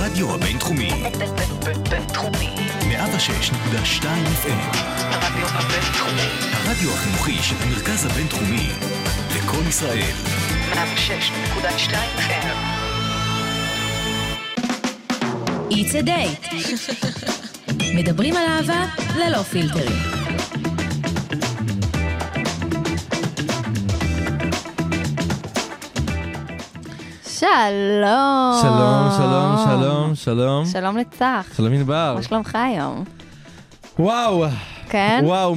הרדיו הבינתחומי. בינתחומי. 106.2 FM. הרדיו הבינתחומי. הרדיו החינוכי של המרכז הבינתחומי. לכל ישראל. 106.2 FM. It's a date. מדברים על אהבה ללא פילטרים. שלום. שלום, שלום, שלום, שלום. שלום לצח. שלום ענבר. מה שלומך היום? וואו. כן? וואו,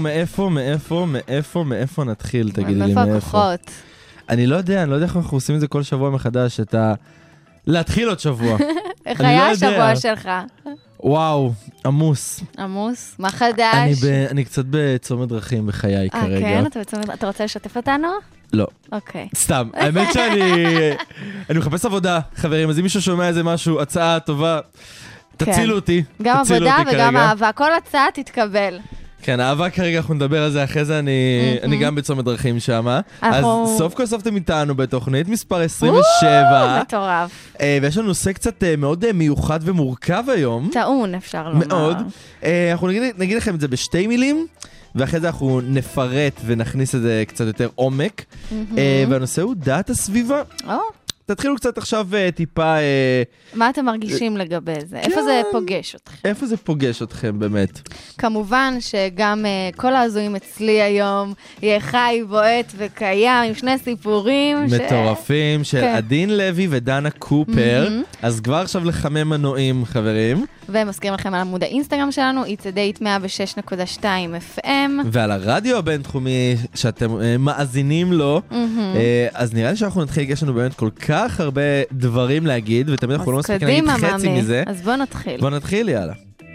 מאיפה נתחיל, תגידי לי מאיפה הכוחות? אני לא יודע איך אנחנו עושים את זה כל שבוע מחדש, להתחיל עוד שבוע. איך היה השבוע שלך? וואו, עמוס. עמוס? מה חדש? אני קצת בצומת דרכים בחיי כרגע. כן? אתה רוצה לשתף אותנו? לא. אוקיי. סתם, האמת אני מחפש עבודה, חברים, אז אם מישהו שומע איזה משהו, הצעה טובה, תצילו אותי. גם עבודה וגם אהבה, כל הצעה תתקבל. כן, אהבה כרגע, אנחנו נדבר על זה, אחרי זה אני גם בצומת דרכים שם. אז סוף כל סוף אתם איתנו בתוכנית מספר 27. מטורף. ויש לנו נושא קצת מאוד מיוחד ומורכב היום. טעון, אפשר לומר. מאוד. אנחנו נגיד לכם את זה בשתי מילים, ואחרי זה אנחנו נפרט ונכניס את זה קצת יותר עומק. והנושא הוא דעת הסביבה. תתחילו קצת עכשיו טיפה... מה אתם מרגישים לגבי זה? איפה זה פוגש אתכם? איפה זה פוגש אתכם באמת? כמובן שגם כל ההזויים אצלי היום יהיה חי, בועט וקיים עם שני סיפורים. מטורפים של עדין לוי ודנה קופר. אז כבר עכשיו לחמם מנועים, חברים. ומזכירים לכם על עמוד האינסטגרם שלנו, It's a Date 106.2 FM. ועל הרדיו הבינתחומי שאתם מאזינים לו. אז נראה לי שאנחנו נתחיל, יש לנו באמת כל כך הרבה דברים להגיד, ותמיד אנחנו לא מספיקים להגיד חצי מזה. אז בוא נתחיל. בוא נתחיל, יאללה.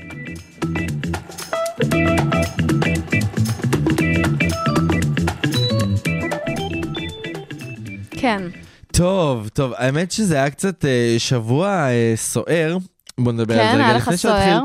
כן. טוב, האמת שזה היה קצת שבוע סוער. בוא נדבר על זה רגע. כן, היה לך סוער?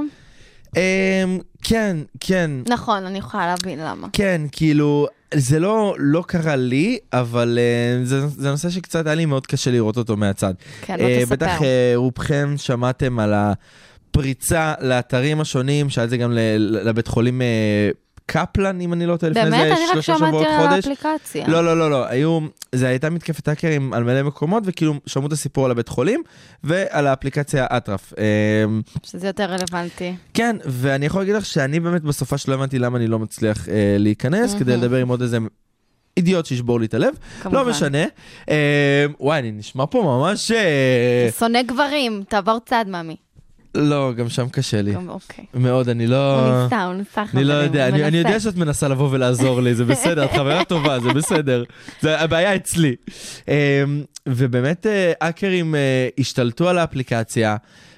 כן. נכון, אני יכולה להבין למה. כן, כאילו, זה לא קרה לי, אבל זה נושא שקצת היה לי מאוד קשה לראות אותו מהצד. כן, לא תספר. בטח רובכם שמעתם על הפריצה לאתרים השונים, שהיה זה גם לבית חולים קפלן, אם אני לא טועה, לפני זה 3 שבועות חודש. באמת, אני רק שמעתי על האפליקציה. לא. זה הייתה מתקפת האקרים על מלא מקומות, וכאילו שמעו את הסיפור על הבית חולים, ועל האפליקציה אטרף. שזה יותר רלוונטי. כן, ואני יכול להגיד לך שאני באמת בסופה שלא הבנתי למה אני לא מצליח להיכנס, כדי לדבר עם עוד איזה אידיוט שישבור לי את הלב. לא משנה. וואי, אני נשמע פה ממש... שונא גברים, תעבור צד, מאמי. לא, גם שם קשה לי. אוקיי. מאוד, אני לא... הוא ניסה. אני לא יודע, אני יודע שאת מנסה לבוא ולעזור לי, זה בסדר, את חברה טובה, זה בסדר. זה הבעיה אצלי. ובאמת, האקרים השתלטו על האפליקציה,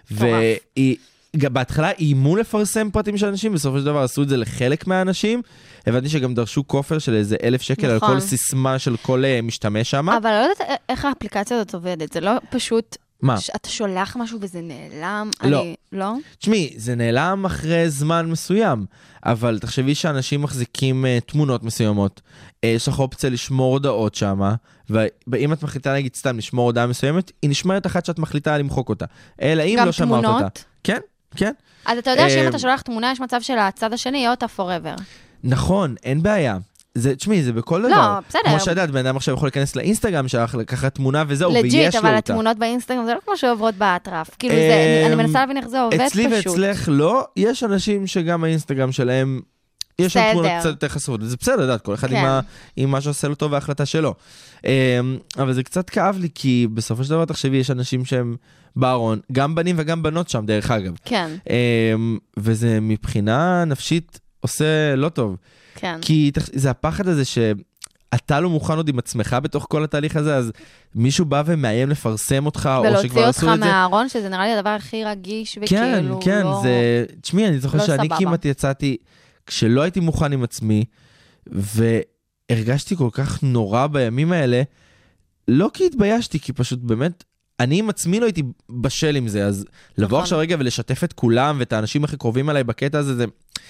ובהתחלה איימו לפרסם פרטים של אנשים, בסופו של דבר עשו את זה לחלק מהאנשים, הבנתי שגם דרשו כופר של איזה 1,000 שקל על כל סיסמה של כל משתמש שם. אבל לא יודעת איך האפליקציה הזאת עובדת, זה לא פשוט... מה? אתה שולח משהו וזה נעלם? לא. לא? תשמעי, זה נעלם אחרי זמן מסוים, אבל תחשבי שאנשים מחזיקים תמונות מסוימות, יש לך אופציה לשמור הודעות שם, ואם את מחליטה נגיד סתם לשמור הודעה מסוימת, היא נשמרת אחת שאת מחליטה למחוק אותה. אלא אם לא שמרת אותה. גם תמונות? כן. אז אתה יודע שאם אתה שולח תמונה, יש מצב של הצד השני, יהיה אותה forever. נכון, אין בעיה. תשמעי, זה בכל דבר. לא, בסדר. כמו שדעת, בן אדם עכשיו יכול להיכנס לאינסטגרם שלך, לקחת תמונה וזהו, ויש לו אותה. לג'יט, אבל התמונות באינסטגרם זה לא כמו שעוברות באטרף. כאילו, אני מנסה להבין איך זה עובד פשוט. אצלי ואצלך לא, יש אנשים שגם האינסטגרם שלהם, יש שם תמונות קצת יותר חסרות. זה בסדר, לדעת, כל אחד עם מה שעושה לו טוב וההחלטה שלו. אבל זה קצת כאב לי, כי בסופו של דבר, תחשבי, יש אנשים שהם בארון, גם בנים וגם בנות שם, דרך אגב. כן. וזה מבחינה נפשית עושה לא טוב. כן. כי זה הפחד הזה שאתה לא מוכן עוד עם עצמך בתוך כל התהליך הזה, אז מישהו בא ומאיים לפרסם אותך, או שכבר עשו את זה. ולהוציא אותך מהארון, שזה נראה לי הדבר הכי רגיש, וכאילו כן, לא... זה... תשמעי, אני זוכר שאני סבבה. כמעט יצאתי, כשלא הייתי מוכן עם עצמי, והרגשתי כל כך נורא בימים האלה, לא כי התביישתי, כי פשוט באמת, אני עם עצמי לא הייתי בשל עם זה, אז לבוא עכשיו רגע ולשתף את כולם, ואת האנשים הכי קרובים עליי בקטע הזה, זה...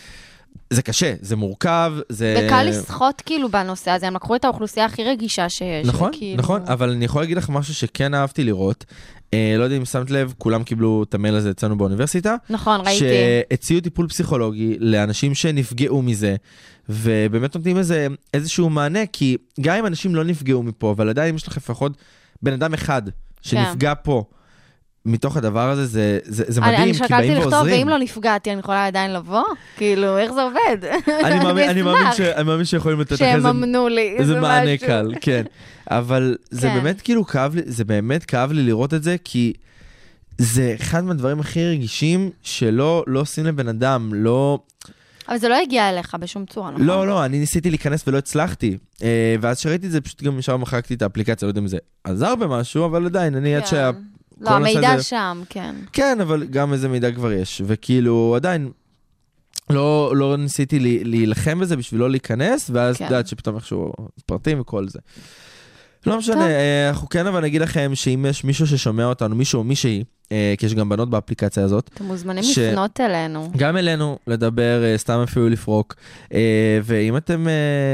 זה קשה, זה מורכב, זה... וקל לשחות כאילו בנושא הזה, הם לקחו את האוכלוסייה הכי רגישה שיש. נכון, וכאילו... נכון, אבל אני יכול להגיד לך משהו שכן אהבתי לראות, לא יודע אם שמת לב, כולם קיבלו את המייל הזה אצלנו באוניברסיטה. נכון, ראיתי. שהציעו טיפול פסיכולוגי לאנשים שנפגעו מזה, ובאמת נותנים איזשהו מענה, כי גם אם אנשים לא נפגעו מפה, אבל עדיין יש לך לפחות בן אדם אחד שנפגע פה, מתוך הדבר הזה, זה מדהים, כי באים ועוזרים. אני שקלתי לכתוב, ואם לא נפגעתי, אני יכולה עדיין לבוא? כאילו, איך זה עובד? אני מאמין שיכולים לתת לך שממנו לי, איזה מענה קל, כן. אבל זה כן. באמת כאילו כאב לי לראות את זה, כי זה אחד מהדברים הכי רגישים שלא עושים לבן אדם, לא... אבל זה לא הגיע אליך בשום צורה, נכון? לא, אני ניסיתי להיכנס ולא הצלחתי. ואז שראיתי את זה, פשוט גם ישר מחקתי את האפליקציה, לא יודע אם זה עזר במשהו, אבל עדיין, אני עד שה... לא, המידע שם, כן. כן, אבל גם איזה מידע כבר יש, וכאילו עדיין לא ניסיתי להילחם בזה בשביל לא להיכנס, ואז יודעת שפתאום איכשהו פרטים וכל זה. לא משנה, אנחנו כן אבל נגיד לכם שאם יש מישהו ששומע אותנו, מישהו או מישהי, כי יש גם בנות באפליקציה הזאת. אתם מוזמנים לפנות אלינו. גם אלינו, לדבר, סתם אפילו לפרוק, ואם אתם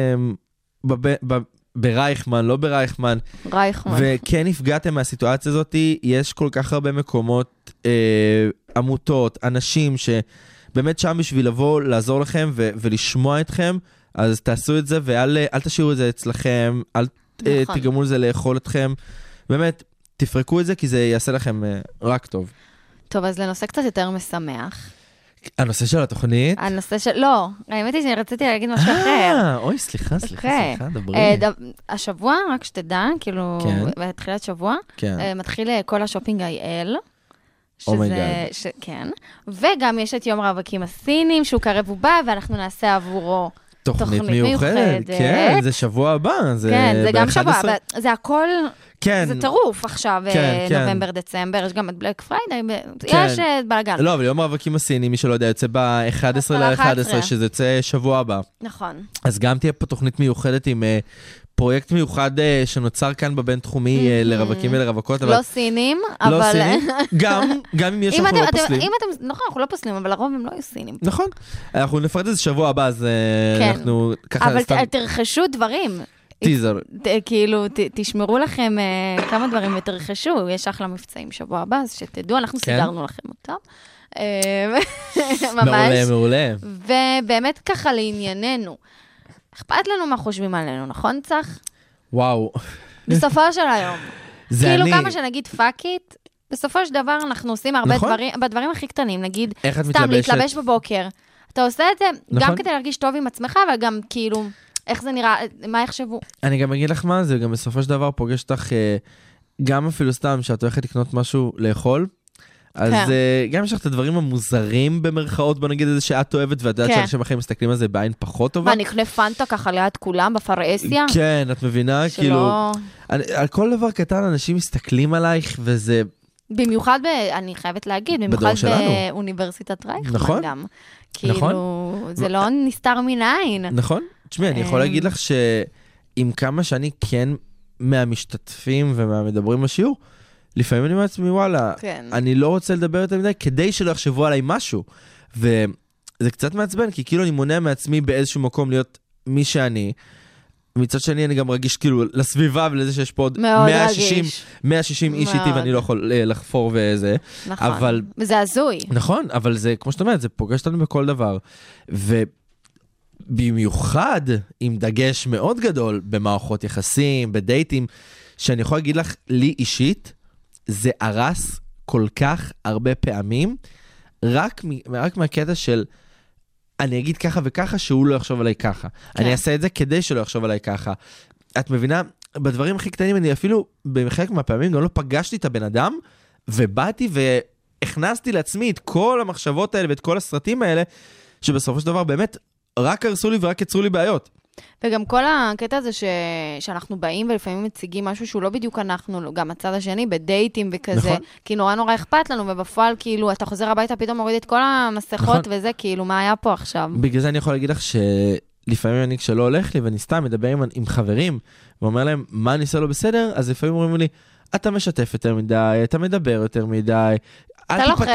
ברייכמן, לא ברייכמן, וכן נפגעתם מהסיטואציה הזאת, יש כל כך הרבה מקומות, עמותות, אנשים שבאמת שם בשביל לבוא, לעזור לכם ולשמוע אתכם, אז תעשו את זה, ואל תשאירו את זה אצלכם, אל תגרמו לזה לאכול אתכם, באמת, תפרקו את זה, כי זה יעשה לכם רק טוב. טוב, אז לנושא קצת יותר משמח. הנושא של התוכנית? הנושא של... לא, האמת היא שרציתי להגיד משהו אחר. אוי, סליחה, דברי. השבוע, רק שתדע, כאילו, בתחילת שבוע, מתחיל כל השופינג IL. שזה... כן. וגם יש את יום רווקים הסינים, שהוא קרב ובא, ואנחנו נעשה עבורו תוכנית מיוחדת. כן, זה שבוע הבא. כן, זה גם שבוע, זה הכל... זה טירוף עכשיו, נובמבר, דצמבר, יש גם את בלק פריידי, יש בלגן. לא, אבל יום רווקים הסיני, מי שלא יודע, יוצא ב-11/11, שזה יוצא שבוע הבא. נכון. אז גם תהיה פה תוכנית מיוחדת עם פרויקט מיוחד שנוצר כאן בבינתחומי לרווקים ולרווקות. לא סינים, אבל... לא סינים, גם אם יש אנחנו לא פוסלים. נכון, אנחנו לא פוסלים, אבל לרוב הם לא יהיו סינים. נכון. אנחנו נפרד איזה שבוע הבא, אז אנחנו ככה... אבל תרחשו דברים. טיזר. כאילו, תשמרו לכם כמה דברים ותרחשו, יש אחלה מבצעים שבוע הבא, אז שתדעו, אנחנו סידרנו לכם אותם. מעולה, מעולה. ובאמת ככה לענייננו, אכפת לנו מה חושבים עלינו, נכון צח? וואו. בסופו של היום. כאילו כמה שנגיד פאקית, בסופו של דבר אנחנו עושים הרבה דברים, בדברים הכי קטנים, נגיד, סתם להתלבש בבוקר. אתה עושה את זה גם כדי להרגיש טוב עם עצמך, אבל גם כאילו... איך זה נראה, מה יחשבו? אני גם אגיד לך מה, זה גם בסופו של דבר פוגש אותך, גם אפילו סתם שאת הולכת לקנות משהו לאכול, אז גם יש לך את הדברים המוזרים במרכאות, בוא נגיד איזה שאת אוהבת, ואת יודעת שאנשים אחרים מסתכלים על זה בעין פחות טובה. מה, נקנה פנטה ככה ליד כולם בפרהסיה? כן, את מבינה, כאילו, על כל דבר קטן אנשים מסתכלים עלייך, וזה... במיוחד, אני חייבת להגיד, במיוחד באוניברסיטת רייכמן גם. כאילו, זה לא נסתר מן העין. נכון. תשמעי, אני יכול להגיד לך שעם כמה שאני כן מהמשתתפים ומהמדברים בשיעור, לפעמים אני מעצמי, וואלה, אני לא רוצה לדבר יותר מדי, כדי שלא יחשבו עליי משהו. וזה קצת מעצבן, כי כאילו אני מונע מעצמי באיזשהו מקום להיות מי שאני. מצד שני אני גם רגיש כאילו לסביבה ולזה שיש פה עוד 160 איש איתי ואני לא יכול לחפור וזה. נכון, וזה הזוי. נכון, אבל זה, כמו שאת אומרת, זה פוגש אותנו בכל דבר. במיוחד עם דגש מאוד גדול במערכות יחסים, בדייטים, שאני יכול להגיד לך, לי אישית, זה הרס כל כך הרבה פעמים, רק מהקטע של, אני אגיד ככה וככה, שהוא לא יחשוב עליי ככה. כן. אני אעשה את זה כדי שלא יחשוב עליי ככה. את מבינה, בדברים הכי קטנים, אני אפילו, בחלק מהפעמים, גם לא פגשתי את הבן אדם, ובאתי והכנסתי לעצמי את כל המחשבות האלה, ואת כל הסרטים האלה, שבסופו של דבר באמת, רק הרסו לי ורק יצרו לי בעיות. וגם כל הקטע הזה שאנחנו באים ולפעמים מציגים משהו שהוא לא בדיוק אנחנו, גם הצד השני, בדייטים וכזה, נכון. כי נורא אכפת לנו, ובפועל כאילו אתה חוזר הביתה, פתאום מוריד את כל המסכות נכון. וזה, כאילו מה היה פה עכשיו? בגלל זה אני יכול להגיד לך שלפעמים אני כשלא הולך לי, ואני סתם מדבר עם חברים, ואומר להם, מה אני עושה לא בסדר? אז לפעמים אומרים לי, אתה משתף יותר מדי, אתה מדבר יותר מדי, אתה לוחץ.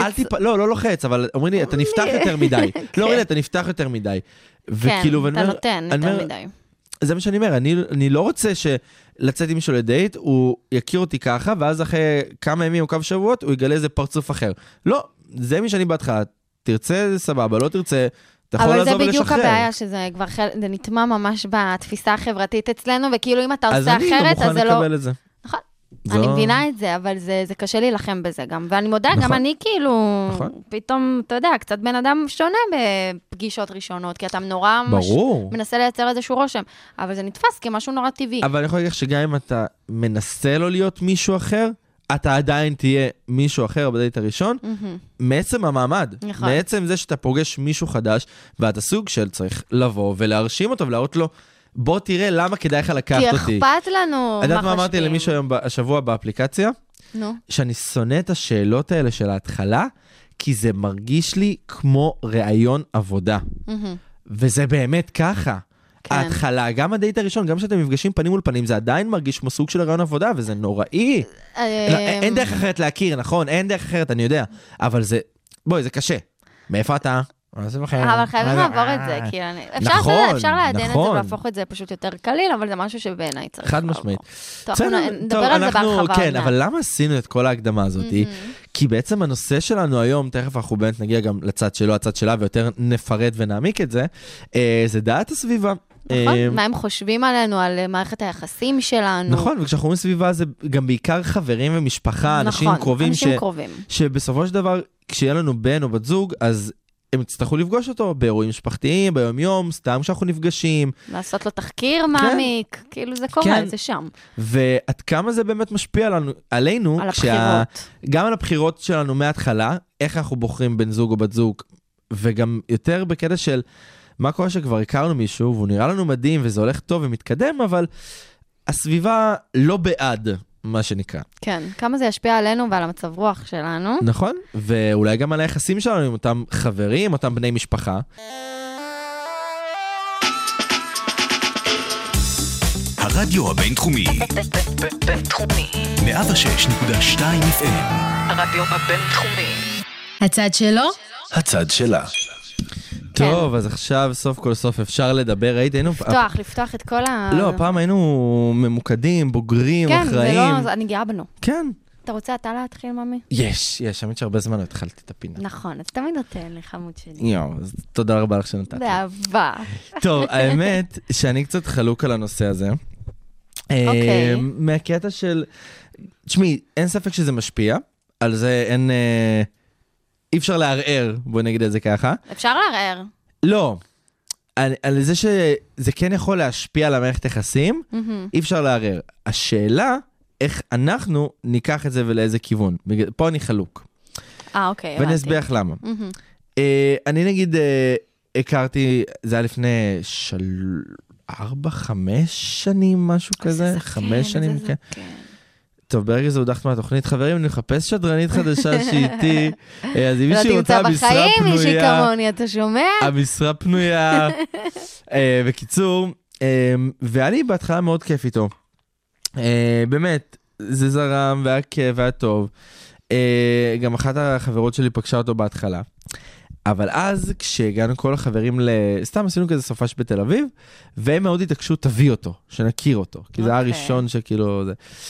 לא לוחץ, אבל אומרים לי, אתה נפתח יותר מדי. לא, אומרים לי, אתה נפתח יותר מדי. כן, אתה נותן יותר מדי. זה מה שאני אומר, אני לא רוצה לצאת עם מישהו לדייט, הוא יכיר אותי ככה, ואז אחרי כמה ימים או כמה שבועות, הוא יגלה איזה פרצוף אחר. לא, זה מי שאני בהתחלה, תרצה סבבה, לא תרצה, אתה יכול לעזוב ולשחרר. אבל זה בדיוק הבעיה, שזה כבר זה נטמע ממש בתפיסה החברתית אצלנו, וכאילו אם אתה עושה אחרת, אז זה לא... אז אני לא מוכן לקבל את זה. נכון. אני מבינה את זה, אבל זה קשה להילחם בזה גם. ואני מודה, גם אני כאילו, פתאום, אתה יודע, קצת בן אדם שונה בפגישות ראשונות, כי אתה נורא מנסה לייצר איזשהו רושם, אבל זה נתפס כמשהו נורא טבעי. אבל אני יכול להגיד שגם אם אתה מנסה לא להיות מישהו אחר, אתה עדיין תהיה מישהו אחר בדייט הראשון, מעצם המעמד, מעצם זה שאתה פוגש מישהו חדש, ואתה סוג של צריך לבוא ולהרשים אותו ולהראות לו, בוא תראה למה כדאי לך לקחת אותי. כי אכפת לנו מה חושבים. יודעת מה אמרתי למישהו היום השבוע באפליקציה? נו. שאני שונא את השאלות האלה של ההתחלה, כי זה מרגיש לי כמו ראיון עבודה. וזה באמת ככה. ההתחלה, גם הדייט הראשון, גם שאתם מפגשים פנים מול פנים, זה עדיין מרגיש כמו סוג של ראיון עבודה, וזה נוראי. אין דרך אחרת להכיר, נכון? אין דרך אחרת, אני יודע. אבל זה, בואי, זה קשה. מאיפה אתה? אבל חייבים לעבור את זה, כי אפשר לעדן את זה ולהפוך את זה פשוט יותר קליל, אבל זה משהו שבעיניי צריך. חד משמעית. טוב, נדבר על זה בהרחבה. כן, אבל למה עשינו את כל ההקדמה הזאת? כי בעצם הנושא שלנו היום, תכף אנחנו באמת נגיע גם לצד שלו, הצד שלה, ויותר נפרט ונעמיק את זה, זה דעת הסביבה. נכון, מה הם חושבים עלינו, על מערכת היחסים שלנו. נכון, וכשאנחנו אומרים סביבה זה גם בעיקר חברים ומשפחה, אנשים קרובים, שבסופו של דבר, כשיהיה לנו בן או בת זוג, אז הם יצטרכו לפגוש אותו באירועים משפחתיים, ביום יום, סתם כשאנחנו נפגשים. לעשות לו תחקיר מעמיק, כאילו זה קורה, זה שם. ועד כמה זה באמת משפיע עלינו, על הבחירות. גם על הבחירות שלנו מההתחלה, איך אנחנו בוחרים בן זוג או בת זוג, וגם יותר בקטע של מה קורה שכבר הכרנו מישהו, והוא נראה לנו מדהים, וזה הולך טוב ומתקדם, אבל הסביבה לא בעד, מה שנקרא. כן, כמה זה ישפיע עלינו ועל המצב רוח שלנו. נכון, ואולי גם על היחסים שלנו עם אותם חברים, אותם בני משפחה. הרדיו הבינתחומי. בינתחומי. 106.2 FM. הרדיו הבינתחומי. הצד שלו? הצד שלה. טוב, אז עכשיו סוף כל סוף אפשר לדבר, היינו... לפתוח את כל ה... לא, פעם היינו ממוקדים, בוגרים, אחראים. כן, זה לא, אני גאה בנו. כן. אתה רוצה אתה להתחיל, ממי? יש, האמת שהרבה זמן לא התחלתי את הפינה. נכון, אז תמיד נותן לי, חמוד שלי. אז תודה רבה לך שנתת. באהבה. טוב, האמת שאני קצת חלוק על הנושא הזה. אוקיי. מהקטע של... תשמעי, אין ספק שזה משפיע, על זה אין... אי אפשר לערער, בוא נגיד את זה ככה. אפשר לערער. לא. על זה שזה כן יכול להשפיע על המערכת יחסים, אי אפשר לערער. השאלה, איך אנחנו ניקח את זה ולאיזה כיוון. פה אני חלוק. אוקיי. ואני אסביר לך למה. אני נגיד, הכרתי, זה היה לפני 4-5 שנים, משהו כזה. 5 שנים, כן. טוב, ברגע זה הודחת מהתוכנית, חברים, אני מחפש שדרנית חדשה שאיתי, אז אם מישהו רוצה משרה פנויה... לא תמצא בחיים מישהי כמוני, אתה שומע? המשרה פנויה. בקיצור, והיה לי בהתחלה מאוד כיף איתו. באמת, זה זרם והיה כיף והיה טוב. גם אחת החברות שלי פגשה אותו בהתחלה. אבל אז, כשהגענו כל החברים סתם עשינו כזה סופש בתל אביב, והם מאוד התעקשו, תביא אותו, שנכיר אותו. כי זה היה הראשון שכאילו...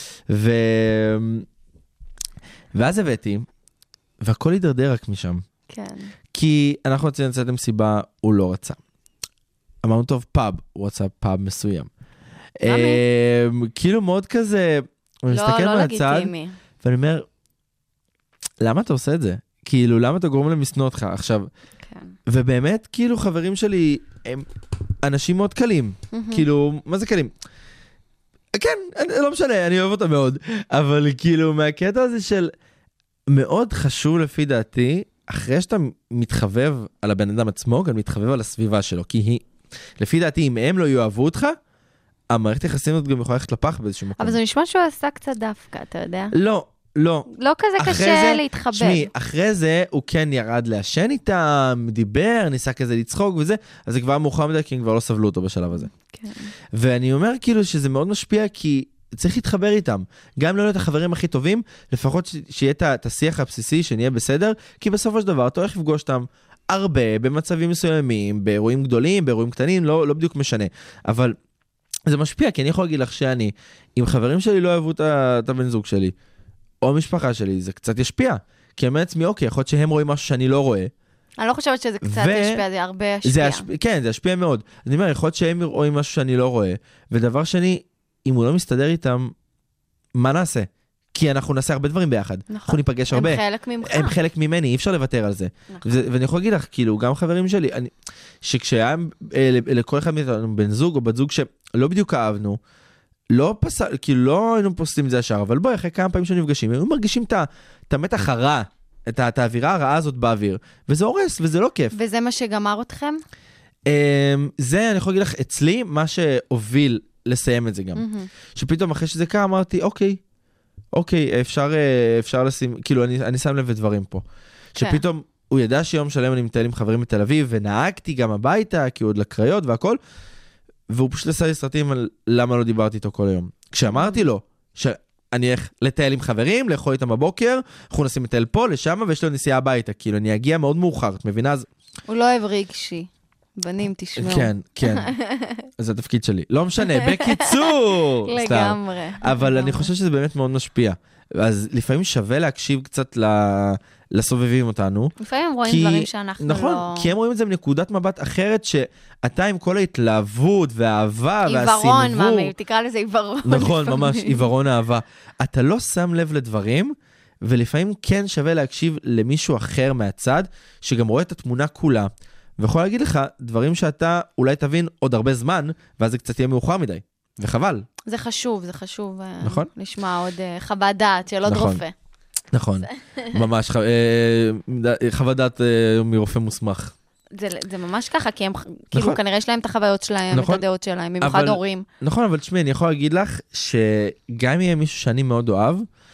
ואז הבאתי, והכל הידרדר רק משם. כן. כי אנחנו רצינו לצאת למסיבה, הוא לא רצה. אמרנו, טוב, פאב, הוא רצה פאב מסוים. כאילו מאוד כזה, הוא מסתכל מהצד, ואני אומר, למה אתה עושה את זה? כאילו, למה אתה גורם למשנוא אותך? עכשיו, ובאמת, כאילו, חברים שלי, הם אנשים מאוד קלים. כאילו, מה זה קלים? כן, לא משנה, אני אוהב אותם מאוד. אבל כאילו, מהקטע הזה של מאוד חשוב לפי דעתי, אחרי שאתה מתחבב על הבן אדם עצמו, גם מתחבב על הסביבה שלו. כי היא, לפי דעתי, אם הם לא יאהבו אותך, המערכת יחסים הזאת גם יכולה ללכת לפח באיזשהו מקום. אבל זה נשמע שהוא עשה קצת דווקא, אתה יודע? לא. לא כזה קשה להתחבב. שמי, אחרי זה הוא כן ירד לעשן איתם, דיבר, ניסה כזה לצחוק וזה, אז זה כבר מאוחר מדי, כי הם כבר לא סבלו אותו בשלב הזה. כן. ואני אומר כאילו שזה מאוד משפיע, כי צריך להתחבר איתם. גם לא להיות החברים הכי טובים, לפחות שיהיה את השיח הבסיסי, שנהיה בסדר, כי בסופו של דבר אתה הולך לפגוש אותם הרבה, במצבים מסוימים, באירועים גדולים, באירועים קטנים, לא בדיוק משנה. אבל זה משפיע, כי אני יכול להגיד לך שאני, אם חברים שלי לא אוהבו את הבן זוג שלי, או המשפחה שלי, זה קצת ישפיע. כי אני אומר לעצמי, אוקיי, יכול להיות שהם רואים משהו שאני לא רואה. אני לא חושבת שזה קצת ישפיע, זה הרבה ישפיע. כן, זה ישפיע מאוד. אני אומר, יכול להיות שהם רואים משהו שאני לא רואה, ודבר שני, אם הוא לא מסתדר איתם, מה נעשה? כי אנחנו נעשה הרבה דברים ביחד. נכון. אנחנו ניפגש הרבה. הם חלק ממך. הם חלק ממני, אי אפשר לוותר על זה. נכון. ואני יכול להגיד לך, כאילו, גם חברים שלי, שכשהיה לכל אחד מאיתנו בן זוג או בת זוג שלא בדיוק אהבנו, לא פסל, כאילו לא היינו פוסטים את זה ישר, אבל בואי, אחרי כמה פעמים שנפגשים, הם מרגישים את המתח הרע, את האווירה הרעה הזאת באוויר, וזה הורס, וזה לא כיף. וזה מה שגמר אתכם? זה, אני יכול להגיד לך, אצלי, מה שהוביל לסיים את זה גם. שפתאום אחרי שזה קרה, אמרתי, אוקיי, אפשר לשים, כאילו, אני שם לב לדברים פה. שפתאום הוא ידע שיום שלם אני מטייל עם חברים בתל אביב, ונהגתי גם הביתה, כי הוא עוד לקריות והכל, והוא פשוט עשה לי סרטים על למה לא דיברתי איתו כל היום. כשאמרתי לו, שאני איך לטייל עם חברים, לאכול איתם בבוקר, אנחנו נסים לטייל פה, לשם, ויש לו נסיעה הביתה, כאילו, אני אגיע מאוד מאוחר, את מבינה? הוא לא אוהב רגשי. בנים, תשמעו. כן. זה התפקיד שלי. לא משנה, בקיצור. לגמרי. אבל אני חושב שזה באמת מאוד משפיע. אז לפעמים שווה להקשיב קצת לסובבים אותנו. לפעמים רואים דברים שאנחנו לא... נכון, כי הם רואים את זה מנקודת מבט אחרת, שאתה עם כל ההתלהבות והאהבה והסינבור... עיוורון, מאמי, תקרא לזה עיוורון. נכון, ממש, עיוורון אהבה. אתה לא שם לב לדברים, ולפעמים כן שווה להקשיב למישהו אחר מהצד, שגם רואה את התמונה כולה, ויכול להגיד לך דברים שאתה אולי תבין עוד הרבה זמן, ואז זה קצת יהיה מאוחר מדי, וחבל. זה חשוב נכון? לשמוע עוד חוות דעת של עוד רופא. נכון, ממש, חוות דעת מרופא מוסמך. זה ממש ככה, כי הם כאילו כנראה יש להם את החוויות שלהם, את הדעות שלהם, במיוחד הורים. נכון, אבל תשמעי, אני יכול להגיד לך שגם יהיה מישהו שאני מאוד אוהב,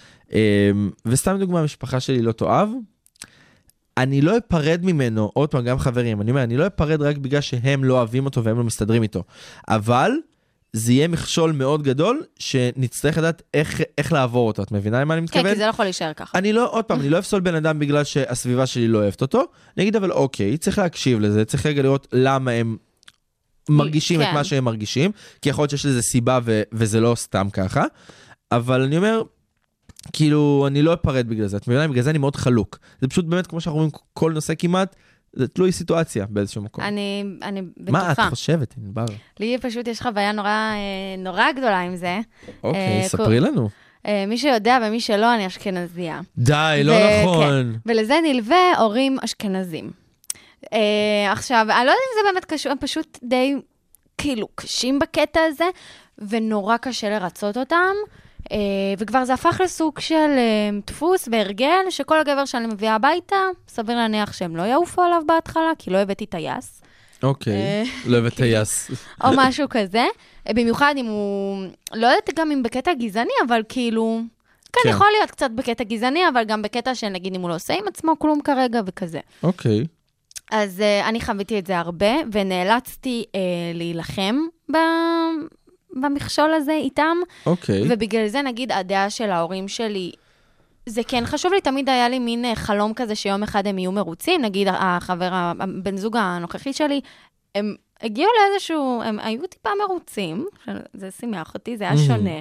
וסתם דוגמה, המשפחה שלי לא תאהב, אני לא אפרד ממנו, עוד פעם, גם חברים, אני אומר, אני לא אפרד רק בגלל שהם לא אוהבים אותו והם לא מסתדרים איתו, אבל זה יהיה מכשול מאוד גדול, שנצטרך לדעת איך לעבור אותו, את מבינה למה אני מתכוון? כן, כי זה לא יכול להישאר ככה. אני לא, עוד פעם, אני לא אפסול בן אדם בגלל שהסביבה שלי לא אוהבת אותו, אני אגיד אבל אוקיי, צריך להקשיב לזה, צריך רגע לראות למה הם מרגישים את מה שהם מרגישים, כי יכול להיות שיש לזה סיבה וזה לא סתם ככה, אבל אני אומר, כאילו, אני לא אפרד בגלל זה, את מבינה, בגלל זה אני מאוד חלוק. זה פשוט באמת, כמו שאנחנו רואים, כל נושא כמעט, זה תלוי סיטואציה באיזשהו מקום. אני בטוחה. מה את חושבת, ענבר? לי פשוט יש חוויה נורא גדולה עם זה. אוקיי, ספרי לנו. מי שיודע ומי שלא, אני אשכנזיה. די, לא נכון. ולזה נלווה הורים אשכנזים. עכשיו, אני לא יודעת אם זה באמת קשור, הם פשוט די, כאילו, קשים בקטע הזה, ונורא קשה לרצות אותם. וכבר זה הפך לסוג של דפוס והרגל, שכל הגבר שאני מביאה הביתה, סביר להניח שהם לא יעופו עליו בהתחלה, כי לא הבאתי טייס. אוקיי, לא הבאת טייס. או משהו כזה. במיוחד אם הוא, לא יודעת גם אם בקטע גזעני, אבל כאילו, כן, יכול להיות קצת בקטע גזעני, אבל גם בקטע שנגיד אם הוא לא עושה עם עצמו כלום כרגע וכזה. אוקיי. אז אני חוויתי את זה הרבה, ונאלצתי להילחם במכשול הזה איתם, ובגלל זה נגיד הדעה של ההורים שלי, זה כן חשוב לי, תמיד היה לי מין חלום כזה שיום אחד הם יהיו מרוצים, נגיד הבן זוג הנוכחי שלי, הם הגיעו לאיזשהו, הם היו טיפה מרוצים, זה שימח אותי, זה היה שונה,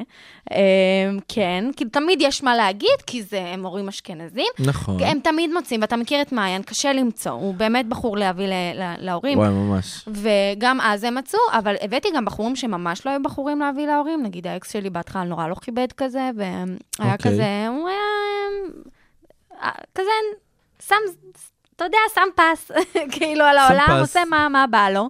כן, כי תמיד יש מה להגיד, כי הם הורים אשכנזים, נכון. הם תמיד מוצאים, ואתה מכיר את מעיין, קשה למצוא, הוא באמת בחור להביא להורים, וואי, ממש. וגם אז הם מצאו, אבל הבאתי גם בחורים שממש לא היו בחורים להביא להורים, נגיד האקס שלי בהתחלה נורא לא כיבד כזה, והיה כזה, הוא היה כזה, אתה יודע, שם פס, כאילו על העולם, עושה מה בא לו.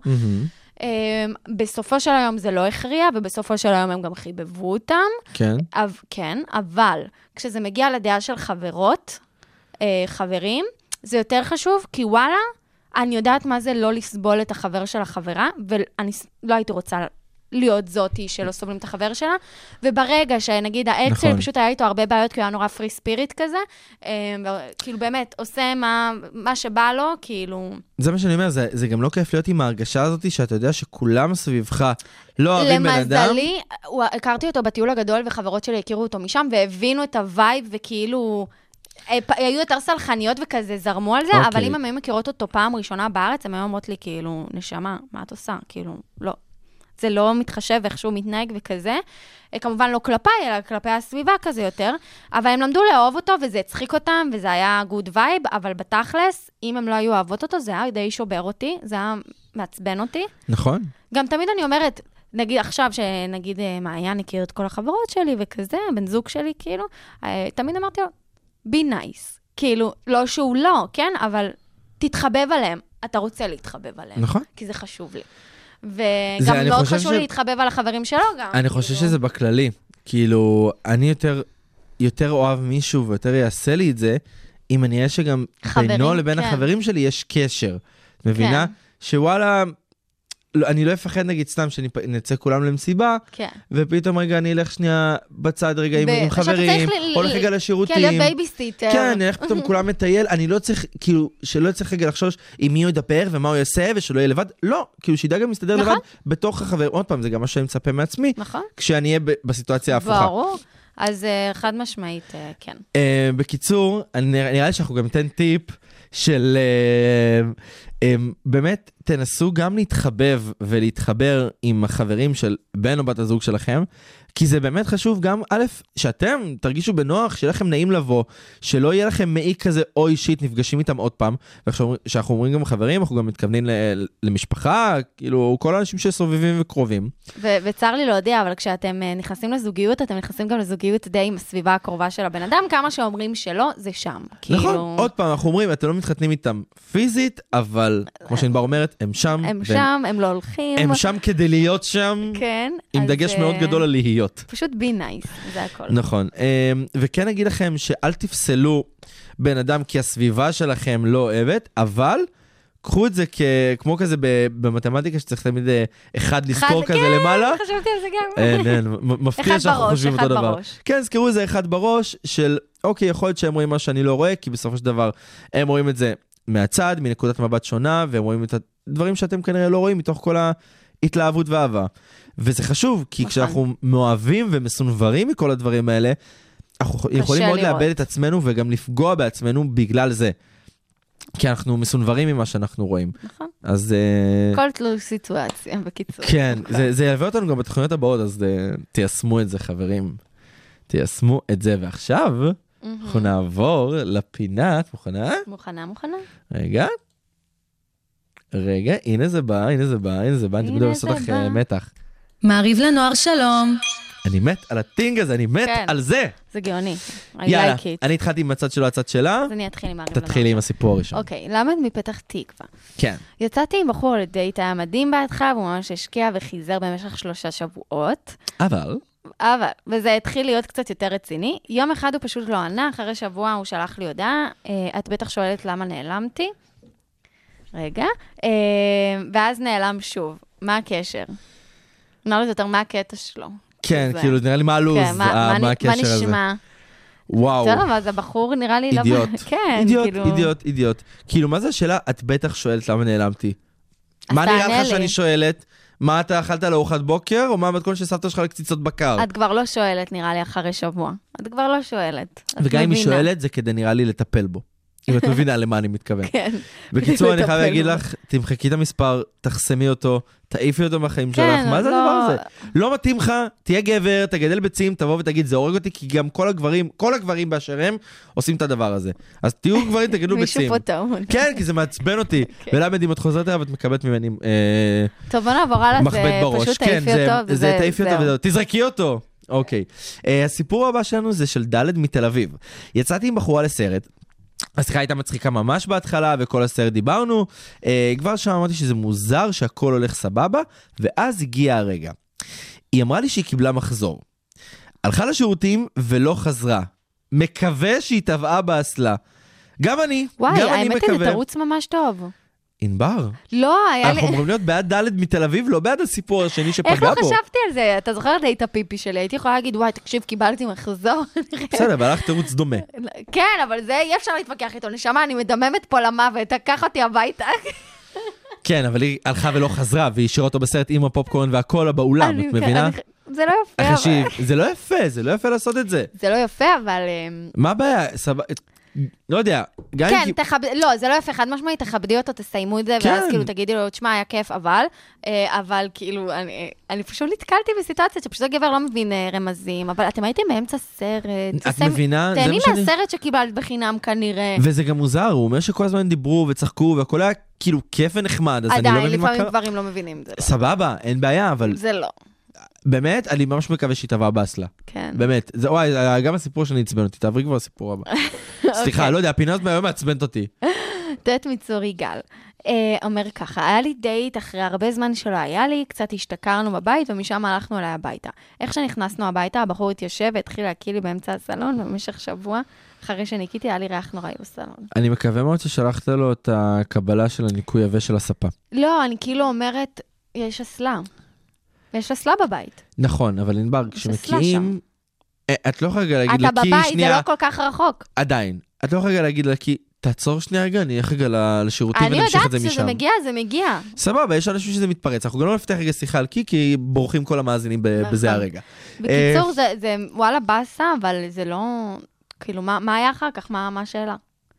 בסופו של היום זה לא הכריע, ובסופו של היום הם גם חיבבו אותם. כן. כן, אבל כשזה מגיע לדעה של חברות, חברים, זה יותר חשוב, כי וואלה, אני יודעת מה זה לא לסבול את החבר של החברה, ואני לא הייתי רוצה להיות זאתי שלא סובלים את החבר שלה, וברגע שנגיד האקס שלי פשוט היה איתו הרבה בעיות, כי הוא היה נורא פרי ספיריט כזה, כאילו באמת עושה מה שבא לו, כאילו... זה מה שאני אומר, זה גם לא כיף להיות עם ההרגשה הזאת, שאתה יודע שכולם סביבך לא אוהבים בן אדם. למזלי, הכרתי אותו בטיול הגדול, וחברות שלי הכירו אותו משם, והבינו את הווייב, וכאילו... היו יותר סלחניות וכזה, זרמו על זה, אבל אם הם היו מכירות אותו פעם ראשונה בארץ, הם היו אומרות לי, כאילו, נשמה, מה את עושה? כאילו, לא. זה לא מתחשב איך שהוא מתנהג וכזה. כמובן לא כלפיי, אלא כלפי הסביבה כזה יותר. אבל הם למדו לאהוב אותו, וזה הצחיק אותם, וזה היה גוד וייב, אבל בתכלס, אם הם לא היו אוהבות אותו, זה היה די שובר אותי, זה היה מעצבן אותי. נכון. גם תמיד אני אומרת, נגיד עכשיו שנגיד מעיין הכיר את כל החברות שלי וכזה, בן זוג שלי, כאילו, תמיד אמרתי לו, be nice. כאילו, לא שהוא לא, כן? אבל תתחבב עליהם. אתה רוצה להתחבב עליהם. נכון. כי זה חשוב לי. וגם מאוד חשוב לי להתחבב על החברים שלו גם. אני חושב שזה בכללי. כאילו, אני יותר אוהב מישהו ויותר יעשה לי את זה, אם אני אהיה שגם בינו לבין החברים שלי יש קשר. מבינה? שוואלה... אני לא אפחד נגיד סתם שנצא כולם למסיבה, ופתאום רגע אני אלך שנייה בצד רגע עם חברים, הולך רגע לשירותים. כן, להיות בייביסיטר. כן, אני אלך פתאום כולם מטייל, אני לא צריך, כאילו, שלא צריך רגע לחשוש עם מי הוא ידבר ומה הוא יעשה, ושלא יהיה לבד. לא, כאילו שידע גם מסתדר לבד בתוך החבר. עוד פעם, זה גם מה שאני מצפה מעצמי, כשאני אהיה בסיטואציה ההפוכה. ברור. אז חד משמעית, כן. בקיצור, נראה לי שאנחנו גם ניתן טיפ של... באמת תנסו גם להתחבב ולהתחבר עם החברים של בן או בת הזוג שלכם, כי זה באמת חשוב גם, א', שאתם תרגישו בנוח, שיהיה לכם נעים לבוא, שלא יהיה לכם מעי כזה או אישית, נפגשים איתם עוד פעם, וכשאנחנו אומרים גם חברים, אנחנו גם מתכוונים למשפחה, כאילו כל האנשים שסובבים וקרובים. וצר לי להודיע, אבל כשאתם נכנסים לזוגיות, אתם נכנסים גם לזוגיות די עם הסביבה הקרובה של הבן אדם, כמה שאומרים שלא, זה שם. נכון, עוד פעם, אנחנו אומרים, אתם לא מתחתנים איתם פיזית, אבל כמו שענבר אומרת, הם שם. הם שם, הם לא הולכים. הם שם כדי להיות שם, כן. עם דגש מאוד גדול על להיות. פשוט be nice, זה הכל. נכון. וכן אגיד לכם שאל תפסלו בן אדם כי הסביבה שלכם לא אוהבת, אבל קחו את זה כמו כזה במתמטיקה שצריך תמיד אחד לזכור כזה למעלה. כן, חשבתי על זה גם. מפתיע שאנחנו חושבים אותו דבר. כן, זכרו את זה אחד בראש של, אוקיי, יכול להיות שהם רואים מה שאני לא רואה, כי בסופו של דבר הם רואים את זה מהצד, מנקודת מבט שונה, והם רואים את הדברים שאתם כנראה לא רואים מתוך כל ההתלהבות ואהבה. וזה חשוב, כי כשאנחנו מאוהבים ומסונברים מכל הדברים האלה, אנחנו יכולים מאוד לאבד את עצמנו וגם לפגוע בעצמנו בגלל זה. כי אנחנו מסונברים ממה שאנחנו רואים. נכון. אז... כל תלוי סיטואציה, בקיצור. כן, זה ילווה אותנו גם בתוכניות הבאות, אז תיישמו את זה, חברים. תיישמו את זה. ועכשיו, אנחנו נעבור לפינת. מוכנה? מוכנה. רגע, הנה זה בא. אני תמיד לעשות לך מתח. מעריב לנוער שלום. אני מת על הטינג הזה, אני מת על זה. זה גאוני. יאללה, אני התחלתי עם הצד שלו, הצד שלה. אז אני אתחיל עם מעריב לנוער. תתחילי עם הסיפור הראשון. אוקיי, למד מפתח תקווה. כן. יצאתי עם בחור לדייט היה מדהים בהתחלה, והוא ממש השקיע וחיזר במשך 3 שבועות. וזה התחיל להיות קצת יותר רציני. יום אחד הוא פשוט לא ענה, אחרי שבוע הוא שלח לי הודעה, את בטח שואלת למה נעלמתי. רגע. ואז נעלם שוב. מה הקשר? נראה לי יותר מה הקטע שלו. כן, כאילו נראה לי מה הלוז, מה הקשר הזה. מה נשמע? וואו. טוב, אז הבחור נראה לי... אידיוט. כן, אידיוט. כאילו, מה זה השאלה? את בטח שואלת למה נעלמתי. מה נראה לך שאני שואלת? מה אתה אכלת לארוחת בוקר, או מה המתכון שסבתא שלך לקציצות בקר? את כבר לא שואלת, נראה לי, אחרי שבוע. את כבר לא שואלת. וגם אם היא שואלת, זה כדי נראה לי לטפל בו. אם את מבינה למה אני מתכוון. כן. בקיצור, אני חייב להגיד לך, תמחקי את המספר, תחסמי אותו, תעיפי אותו מהחיים שלך. מה זה הדבר הזה? לא מתאים לך, תהיה גבר, תגדל ביצים, תבוא ותגיד, זה הורג אותי, כי גם כל הגברים באשר הם עושים את הדבר הזה. אז תהיו גברים, תגדלו ביצים. מישהו פה טעון. כן, כי זה מעצבן אותי. ולמד אם את חוזרת אליו, את מקבלת ממני טוב, בוא נעבור הלאה, זה פשוט תעיפי אותו. זה תעיפי אותו וזהו. תזרקי אותו. אוקיי. הסיפור הבא שלנו זה של ד' מתל אביב. יצאתי עם בחורה לסרט. השיחה הייתה מצחיקה ממש בהתחלה, וכל הסרט דיברנו. כבר שם אמרתי שזה מוזר שהכל הולך סבבה, ואז הגיע הרגע. היא אמרה לי שהיא קיבלה מחזור. הלכה לשירותים ולא חזרה. מקווה שהיא טבעה באסלה. גם אני מקווה. וואי, האמת היא זה תרוץ ממש טוב. ענבר. לא, היה לי... אנחנו אומרים להיות בעד ד' מתל אביב, לא בעד הסיפור השני שפגע בו. איך לא חשבתי על זה? אתה זוכר די את הפיפי שלי? הייתי יכולה להגיד, וואי, תקשיב, קיבלתי מחזור. בסדר, אבל הלך תירוץ דומה. כן, אבל זה אי אפשר להתווכח איתו. נשמה, אני מדממת פה למוות, תקח אותי הביתה. כן, אבל היא הלכה ולא חזרה, והיא השאירה אותו בסרט עם הפופקורן והכל באולם, את מבינה? זה לא יפה, אבל... זה לא יפה לעשות את זה. זה לא יפה, אבל... מה הבעיה? לא יודע. כן, לא, זה לא יפה, חד משמעית, תכבדי אותו, תסיימו את זה, ואז כאילו תגידי לו, תשמע, היה כיף, אבל כאילו, אני פשוט נתקלתי בסיטואציה שפשוט הגבר לא מבין רמזים, אבל אתם הייתם באמצע סרט. את מבינה? תהני מהסרט שקיבלת בחינם כנראה. וזה גם מוזר, הוא אומר שכל הזמן דיברו וצחקו, והכל היה כאילו כיף ונחמד, אז אני לא מבין מה קרה. עדיין, לפעמים דברים לא מבינים את זה. סבבה, אין בעיה, אבל... זה לא. באמת, אני ממש מקווה שהיא תבוא באסלה. כן. באמת. זה, וואי, גם הסיפור שאני עצבן אותי, תעברי כבר הסיפור הבא. סליחה, לא יודע, הפינה הזאת מהיום מעצבנת אותי. תת מצור יגאל. אומר ככה, היה לי דייט אחרי הרבה זמן שלא היה לי, קצת השתכרנו בבית, ומשם הלכנו אליי הביתה. איך שנכנסנו הביתה, הבחור התיישב והתחיל להקיא לי באמצע הסלון, ובמשך שבוע, אחרי שניקיתי, היה לי ריח נוראי בסלון. אני מקווה מאוד ששלחת לו את הקבלה של הניקוי יבש של הספה. לא, אני כאילו אומרת, יש אסלה. יש אסלה בבית. נכון, אבל ענבר, כשמקיאים, את לא יכולה להגיד לה, אתה בבית, זה לא כל כך רחוק. עדיין. את לא יכולה להגיד לה, כי תעצור שנייה רגע, אני אלך רגע לשירותים ונמשיך את זה משם. אני יודעת שזה מגיע. סבבה, יש אנשים שזה מתפרץ. אנחנו גם לא נפתח רגע שיחה על כי בורחים כל המאזינים בזה הרגע. בקיצור, זה וואלה בסה, אבל זה לא... כאילו, מה היה אחר כך? מה השאלה?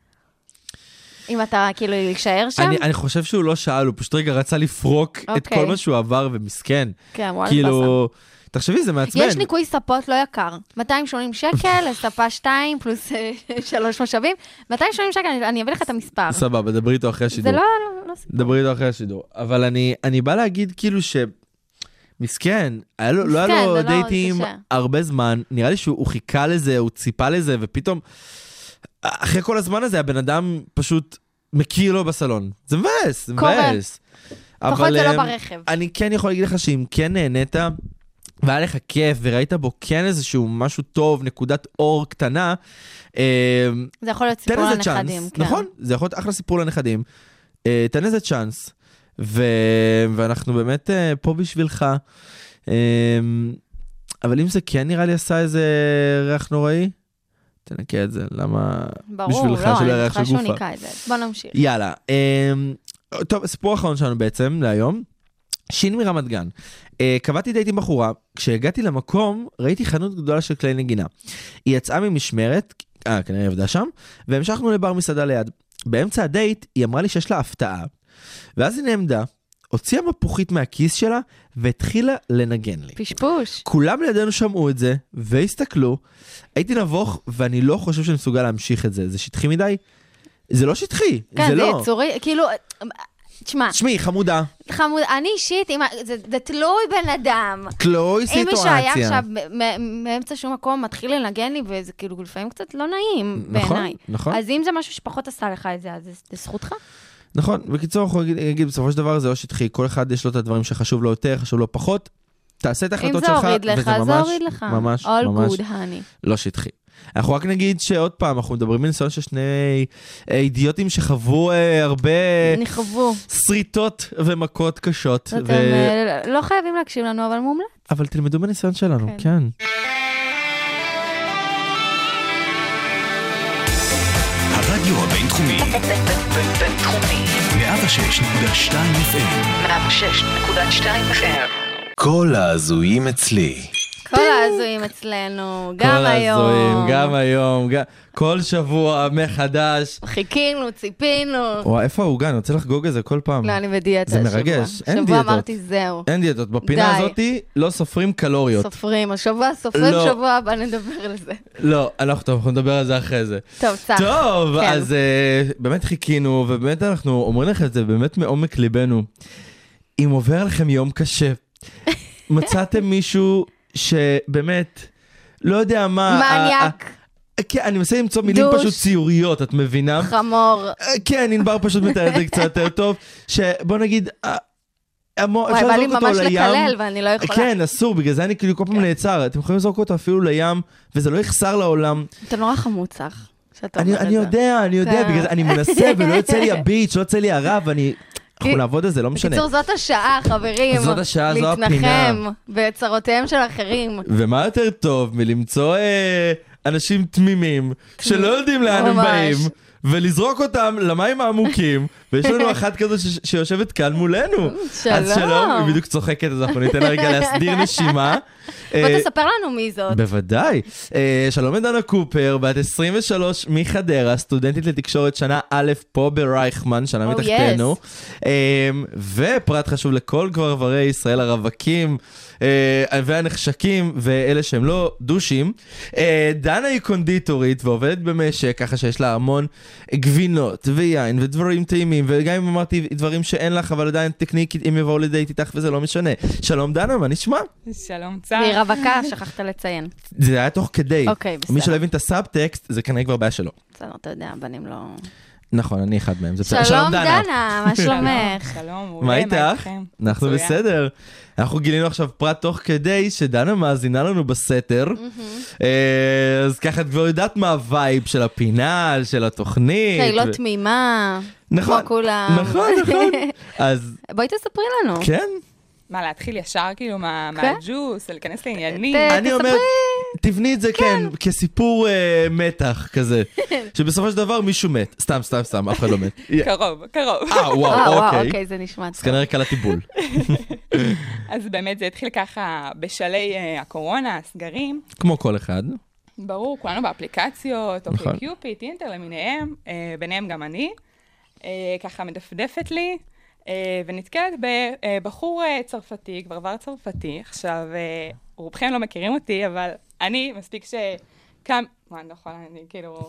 אם אתה כאילו להישאר שם? אני חושב שהוא לא שאל, הוא פשוט רגע רצה לפרוק את כל מה שהוא עבר ומסכן. כן, וואלה כאילו, תחשבי, זה מעצבן. יש ניקוי ספות לא יקר. 280 שקל, לספה 2 פלוס 3 משאבים. 280 שקל, אני אביא לך את המספר. סבבה, דברי איתו אחרי השידור. זה לא סיפור. דברי איתו אחרי השידור. אבל אני בא להגיד כאילו מסכן, לא היה לו דייטים הרבה זמן, נראה לי שהוא חיכה לזה, הוא ציפה לזה, ופתאום, אחרי כל הזמן הזה, הבן אדם פשוט מכיר לו בסלון. זה מבאס, זה מבאס. פחות זה לא ברכב. אני כן יכול להגיד לך שאם כן נהנית, והיה לך כיף, וראית בו כן איזשהו משהו טוב, נקודת אור קטנה, זה יכול להיות סיפור לנכדים. נכון, זה יכול להיות אחלה סיפור לנכדים. תן איזה צ'אנס. ואנחנו באמת פה בשבילך. אבל אם זה כן נראה לי עשה איזה ריח נוראי, תנקה את זה, למה בשבילך של הריח של גופה? ברור, לא, אני צריכה שהוא ניקה את זה. בוא נמשיך. יאללה. טוב, הסיפור האחרון שלנו בעצם להיום, שין מרמת גן. קבעתי דייט עם בחורה, כשהגעתי למקום, ראיתי חנות גדולה של כלי נגינה. היא יצאה ממשמרת, כנראה עבדה שם, והמשכנו לבר מסעדה ליד. באמצע הדייט, היא אמרה לי שיש לה הפתעה, ואז היא נעמדה, הוציאה מפוחית מהכיס שלה, והתחילה לנגן לי. פשפוש. כולם לידינו שמעו את זה, והסתכלו. הייתי נבוך, ואני לא חושב שאני מסוגל להמשיך את זה. זה שטחי מדי? זה לא שטחי, כן, זה לא. כן, זה יצורי, כאילו, תשמעי, חמודה. אני אישית, זה תלוי בן אדם. תלוי סיטואציה. אם שהיה עכשיו מאמצע שום מקום מתחיל לנגן לי, וזה כאילו לפעמים קצת לא נעים בעיניי. נכון. אז אם זה משהו שפחות עשה לך את זה, אז זה זכותך. נכון, בקיצור, אנחנו נגיד, בסופו של דבר זה לא שטחי, כל אחד יש לו את הדברים שחשוב לו יותר, חשוב לו פחות, תעשה את ההחלטות שלך, זה הוריד לך. ממש, all good, honey. לא שטחי. אנחנו רק נגיד שעוד פעם, אנחנו מדברים בניסיון של שני אידיוטים שחוו הרבה שריטות ומכות קשות. אתם לא חייבים להקשיב לנו, אבל מומלץ. אבל תלמדו בניסיון שלנו, כן. הרדיו הבינתחומי. בינתחומי. 106.2 FM. 106.2 FM. כל ההזויים אצלי. כל ההזויים אצלנו, גם היום. גם היום, כל שבוע מחדש. חיכינו, ציפינו. וואי, איפה העוגה? אני רוצה לחגוג את זה כל פעם. לא, אני בדיאטה. זה מרגש, אין דיאטות. שבוע אמרתי זהו. אין דיאטות, בפינה הזאת לא סופרים קלוריות. סופרים, השבוע סופרים, שבוע הבא נדבר על זה. לא, אנחנו נדבר על זה אחרי זה. טוב, צח. טוב, אז באמת חיכינו, ובאמת אנחנו אומרים לך את זה באמת מעומק ליבנו. אם עובר לכם יום קשה, מצאתם מישהו שבאמת, לא יודע מה... מניאק. כן, אני מנסה למצוא מילים פשוט ציוריות, את מבינה? חמור. כן, ענבר פשוט מתאר את זה קצת יותר טוב, שבוא נגיד, וואי, בא לי ממש לקלל ואני לא יכולה. כן, אסור, בגלל זה אני כאילו כל פעם נעצר, אתם יכולים לזרוק אותו אפילו לים, וזה לא יחסר לעולם. אתה נורא חמוצח. אני יודע, בגלל זה אני מנסה, ולא יוצא לי הביץ', לא יוצא לי הרב, אנחנו נעבוד על זה, לא משנה. בקיצור, זאת השעה, חברים. זאת השעה, זו הפינה. להתנחם בצרותיהם של אחרים. ומה יותר טוב מלמצוא אנשים תמימים, שלא יודעים לאן הם באים, ולזרוק אותם למים העמוקים, ויש לנו אחת כזו שיושבת כאן מולנו. שלום. אז שלום, היא בדיוק צוחקת, אז אנחנו ניתן לה רגע להסדיר נשימה. בוא תספר לנו מי זאת. בוודאי. שלום לדנה קופר, בת 23 מחדרה, סטודנטית לתקשורת שנה א' פה ברייכמן, שנה מתחתנו. ופרט חשוב לכל גברברי ישראל הרווקים, והנחשקים, ואלה שהם לא דושים. דנה היא קונדיטורית ועובדת במשק, ככה שיש לה המון גבינות ויין ודברים טעימים, וגם אם אמרתי דברים שאין לך, אבל עדיין טכניקית, אם יבואו לדייט איתך וזה לא משנה. שלום דנה, מה נשמע? שלום צער. והיא רווקה, שכחת לציין. זה היה תוך כדי. אוקיי, בסדר. מי שלא הבין את הסאבטקסט, זה כנראה כבר בעיה שלו. בסדר, אתה יודע, הבנים לא... נכון, אני אחד מהם. שלום דנה, מה שלומך? שלום, מה איתך? אנחנו בסדר. אנחנו גילינו עכשיו פרט תוך כדי שדנה מאזינה לנו בסתר. אז ככה את כבר יודעת מה הווייב של הפינה, של התוכנית. היא לא תמימה. נכון, כמו כולם. נכון. אז... בואי תספרי לנו. כן. מה, להתחיל ישר כאילו מהג'וס, להיכנס לעניינים? אני אומר, תבני את זה כן, כסיפור מתח כזה. שבסופו של דבר מישהו מת. סתם, אף אחד לא מת. קרוב. וואו, אוקיי, זה נשמע טוב. אז כנראה קל הטיבול. אז באמת זה התחיל ככה בשלהי הקורונה, הסגרים. כמו כל אחד. ברור, כולנו באפליקציות, אוקיי קיופיד, טינדר למיניהם, ביניהם גם אני. ככה מדפדפת לי. ונתקלת בבחור צרפתי, גברבר צרפתי. עכשיו, רובכם לא מכירים אותי, אבל אני מספיק שקם... מה, אני לא יכולה, אני כאילו...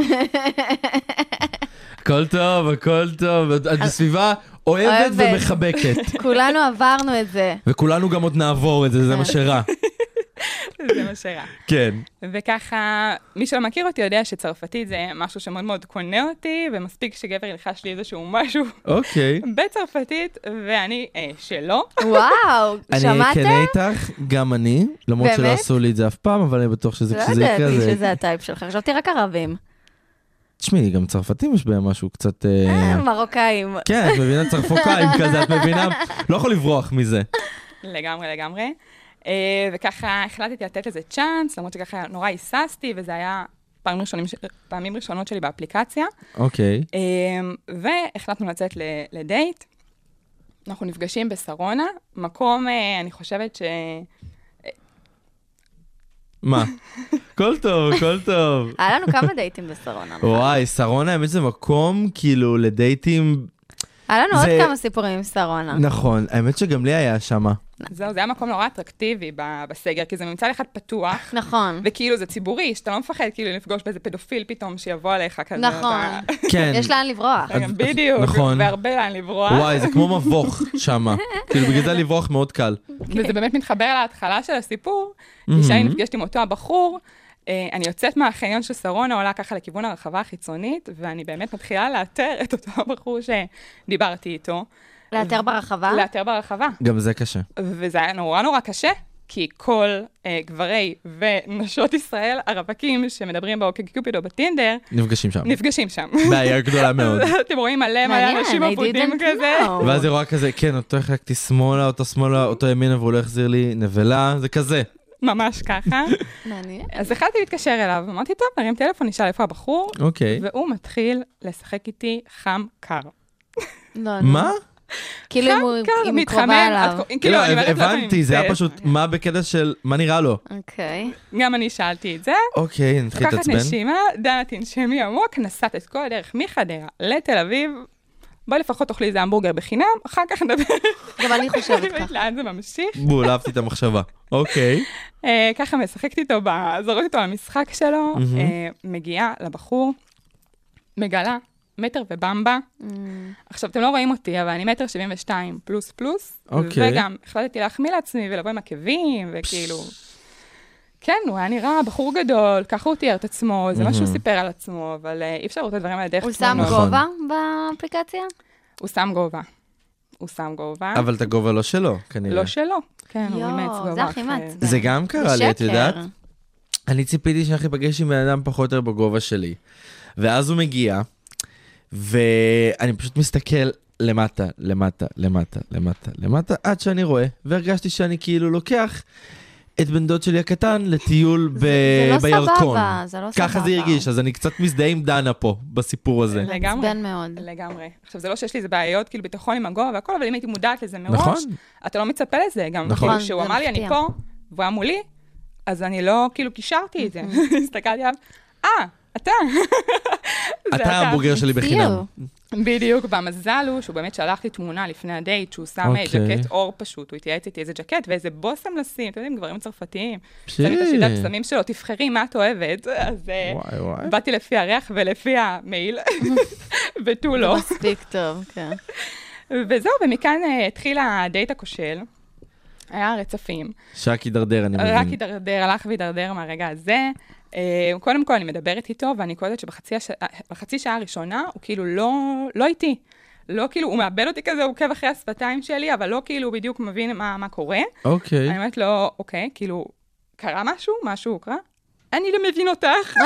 הכל טוב. את בסביבה אוהבת ומחבקת. כולנו עברנו את זה. וכולנו גם עוד נעבור את זה, זה מה שרע. זה מה שרע. כן. וככה, מי שלא מכיר אותי יודע שצרפתית זה משהו שמאוד מאוד קונה אותי, ומספיק שגבר ילחש לי איזשהו משהו בצרפתית, ואני שלא. וואו, שמעתם? אני אקנה איתך, גם אני, למרות שלא עשו לי את זה אף פעם, אבל אני בטוח שזה כשזה יקרה. לא יודעת, שזה הטייפ שלך, חשבתי רק ערבים. תשמעי, גם צרפתים יש בהם משהו קצת... מרוקאים. כן, את מבינה צרפוקאים כזה, את מבינה? לא יכול לברוח מזה. לגמרי. וככה החלטתי לתת לזה צ'אנס, למרות שככה נורא היססתי, וזה היה פעמים ראשונות שלי באפליקציה. אוקיי. והחלטנו לצאת לדייט. אנחנו נפגשים בסרונה, מקום, אני חושבת ש... מה? כל טוב. היה לנו כמה דייטים בסרונה. וואי, סרונה, האמת זה מקום כאילו לדייטים... היה לנו עוד כמה סיפורים עם סרונה. נכון, האמת שגם לי היה שמה. זהו, זה היה מקום נורא אטרקטיבי בסגר, כי זה מצד אחד פתוח. נכון. וכאילו זה ציבורי, שאתה לא מפחד כאילו לפגוש באיזה פדופיל פתאום שיבוא עליך כזה. נכון. כן. יש לאן לברוח. בדיוק, והרבה לאן לברוח. וואי, זה כמו מבוך שמה. כאילו בגלל זה לברוח מאוד קל. וזה באמת מתחבר להתחלה של הסיפור, כי שאני נפגשתי עם אותו הבחור, אני יוצאת מהחניון של סרונה, עולה ככה לכיוון הרחבה החיצונית, ואני באמת מתחילה לאתר את אותו הבחור שדיברתי איתו. לאתר ברחבה? לאתר ברחבה. גם זה קשה. וזה היה נורא קשה, כי כל גברי ונשות ישראל, הרווקים שמדברים באוקיקיופיד או בטינדר, נפגשים שם. בעיה גדולה מאוד. אתם רואים מלא אנשים עבודים כזה. ואז היא רואה כזה, כן, אותו החלקתי שמאלה, אותו שמאלה, אותו ימינה, והוא לא החזיר לי נבלה, זה כזה. ממש ככה. אז החלטתי להתקשר אליו, אמרתי, טוב, נרים טלפון, נשאל איפה הבחור, והוא מתחיל לשחק איתי חם קר. מה? כאילו אם היא קרובה אליו. כאילו, הבנתי, זה היה פשוט מה בקטע של מה נראה לו. אוקיי. גם אני שאלתי את זה. אוקיי, נתחיל להתעצבן. לקחת נשימה, דנה תנשמי עמוק, נסעת את כל הדרך מחדרה לתל אביב, בואי לפחות תאכלי איזה המבורגר בחינם, אחר כך נדבר. גם אני חושבת ככה. לאן זה ממשיך? בול, אהבתי את המחשבה. אוקיי. ככה משחקת איתו, זורקת איתו למשחק שלו, מגיעה לבחור, מגלה, מטר ובמבה. עכשיו, אתם לא רואים אותי, אבל אני 1.72 פלוס פלוס, וגם החלטתי להחמיא לעצמי ולבוא עם עקבים, וכאילו... כן, הוא היה נראה בחור גדול, ככה הוא תיאר את עצמו, זה מה שהוא סיפר על עצמו, אבל אי אפשר לראות את הדברים על דרך תמונות. הוא שם גובה באפליקציה? הוא שם גובה. אבל את הגובה לא שלו, כנראה. לא שלו, כן, הוא אימץ גובה. זה הכי מעצבן. זה גם קרה לי, את יודעת? אני ציפיתי שאני אפגש עם בן אדם פחות או יותר בגובה שלי. ואז הוא מגיע, ואני פשוט מסתכל למטה, למטה, למטה, למטה, למטה, עד שאני רואה, והרגשתי שאני כאילו לוקח את בן דוד שלי הקטן לטיול בירקון. זה לא סבבה, זה לא סבבה. ככה זה הרגיש, אז אני קצת מזדהה עם דנה פה, בסיפור הזה. לגמרי. מעצבן מאוד. לגמרי. עכשיו, זה לא שיש לי איזה בעיות, כאילו ביטחון עם הגובה והכל, אבל אם הייתי מודעת לזה מראש, נכון. אתה לא מצפה לזה. גם נכון. כשהוא אמר לי, אני פה, והוא היה מולי, אז אני לא, כאילו, קישרתי את זה. הסתכלתי עליו, אתה. אתה הבוגר שלי בחינם. בדיוק, והמזל הוא שהוא באמת שלח לי תמונה לפני הדייט, שהוא שם ג'קט אור פשוט, הוא התייעץ איתי איזה ג'קט ואיזה בושם לשים, אתם יודעים, גברים צרפתיים. שמים את השיטת פסמים שלו, תבחרי מה את אוהבת, אז באתי לפי הריח ולפי המעיל, ותו לא. מספיק טוב, כן. וזהו, ומכאן התחיל הדייט הכושל, היה רצפים. שק ידרדר, אני מבין. רק ידרדר, הלך וידרדר מהרגע הזה. קודם כל, אני מדברת איתו, ואני קודמת שבחצי שעה הראשונה, הוא כאילו לא איתי. לא כאילו, הוא מאבד אותי כזה, הוא עוקב אחרי השפתיים שלי, אבל לא כאילו בדיוק מבין מה קורה. אוקיי. אני אומרת לו, אוקיי, כאילו, קרה משהו קרה? אני לא מבין אותך.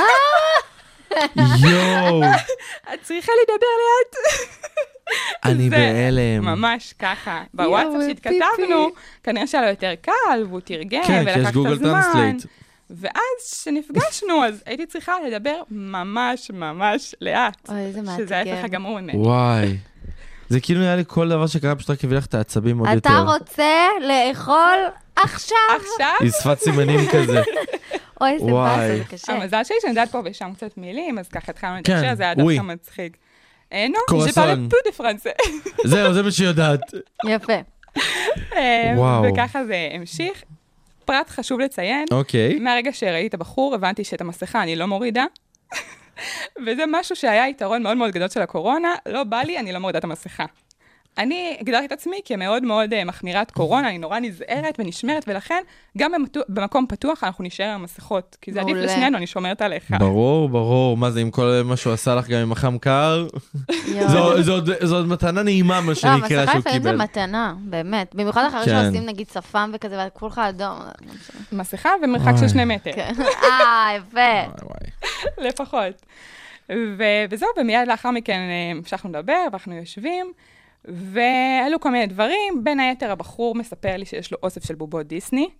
יואו. את צריכה לדבר לאט. אני בהלם. ממש ככה. בוואטסאפ שהתכתבנו, כנראה שהיה לו יותר קל, והוא תרגם, כן, כי יש ולקח את גוגל הזמן. טרנסלייט. ואז שנפגשנו, אז הייתי צריכה לדבר ממש ממש לאט. אוי, איזה מאתגר. שזה ההפך הגמור ממני. וואי. זה כאילו נראה לי כל דבר שקרה, פשוט רק הביא לך את העצבים עוד יותר. אתה רוצה לאכול עכשיו? עכשיו? היא שפת סימנים כזה. אוי, איזה באסה, זה קשה. המזל שלי שאני יודעת פה ושם קצת מילים, אז ככה התחלנו כן, לתקשר, זה היה דווקא מצחיק. נו, קורסון. שפעלה פו דה פרנסה. זהו, זה מה שהיא יודעת. יפה. וואו. וככה זה המשיך. פרט חשוב לציין, אוקיי. מהרגע שראיתי את הבחור, הבנתי שאת המסכה אני לא מורידה, וזה משהו שהיה יתרון מאוד מאוד גדול של הקורונה, לא בא לי, אני לא מורידה את המסכה. אני הגדרתי את עצמי כמאוד מאוד מחמירת קורונה, אני נורא נזהרת ונשמרת, ולכן גם במקום פתוח אנחנו נשאר עם המסכות, כי זה עדיף לשנינו, אני שומרת עליך. ברור, ברור. מה זה, עם כל מה שהוא עשה לך גם עם החם קר? זו עוד מתנה נעימה, מה שנקרא שהוא קיבל. לא, מסכה לפעמים זה מתנה, באמת. במיוחד אחרי שעושים נגיד שפם וכזה, וכולך אדום. מסכה ומרחק של 2 מטר. יפה. לפחות. וזהו, ומיד לאחר מכן המשכנו לדבר, ואנחנו יושבים, ועלו כל מיני דברים, בין היתר הבחור מספר לי שיש לו אוסף של בובות דיסני,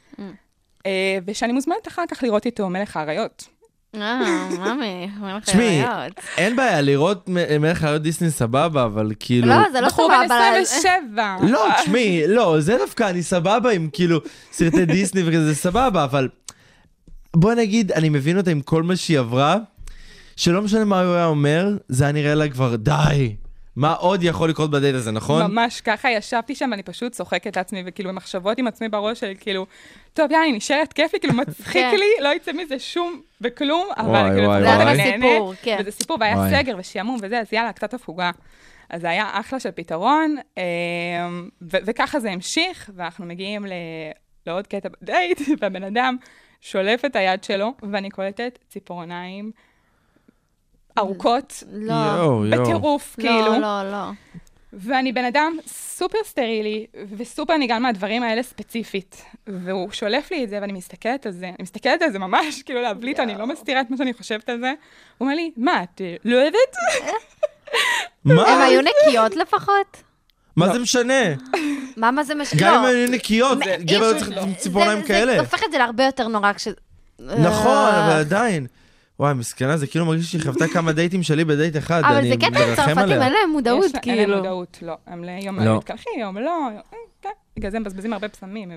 ושאני מוזמנת אחר כך לראות איתו מלך האריות. ממי, מלך תשמעי, האריות. אין בעיה, לראות מלך האריות דיסני סבבה, אבל כאילו... לא, זה לא בחור סבבה. בן 27. לא, תשמעי, לא, זה דווקא, אני סבבה עם כאילו סרטי דיסני וכזה, זה סבבה, אבל בוא נגיד, אני מבין אותה עם כל מה שהיא עברה, שלא משנה מה הוא היה אומר, זה היה נראה לה כבר די. מה עוד יכול לקרות בדייט הזה, נכון? ממש ככה ישבתי שם, ואני פשוט צוחקת לעצמי, וכאילו במחשבות עם עצמי בראש שלי, כאילו, טוב, יאללה, אני נשארת כיפי, כאילו מצחיק לי, לא יצא מזה שום וכלום, אבל כאילו, זה היה סיפור, כן. וזה סיפור, והיה סגר ושיעמום וזה, אז יאללה, קצת הפוגה. אז זה היה אחלה של פתרון, וככה זה המשיך, ואנחנו מגיעים לעוד קטע בדייט, והבן אדם שולף את היד שלו, ואני קולטת ציפורניים ארוכות, בטירוף, כאילו. לא. ואני בן אדם סופר סטרילי, וסופר ניגן מהדברים האלה ספציפית. והוא שולף לי את זה, ואני מסתכלת על זה. אני מסתכלת על זה ממש, כאילו להבליט, אני לא מסתירה את מה שאני חושבת על זה. הוא אומר לי, מה, את לא אוהבת? מה? הם היו נקיות לפחות? מה זה משנה? מה זה משנה? גם אם היו נקיות, גבר צריך ציפורניים כאלה. זה הופך את זה להרבה יותר נורא כש... נכון, אבל עדיין. וואי, מסכנה, זה כאילו מרגיש שהיא חוותה כמה דייטים שלי בדייט אחד. אבל זה קטע צרפתים, אין להם מודעות, כאילו. אין להם מודעות, לא. הם ליום מתקלחים, יום לא. בגלל זה הם מבזבזים הרבה פסמים.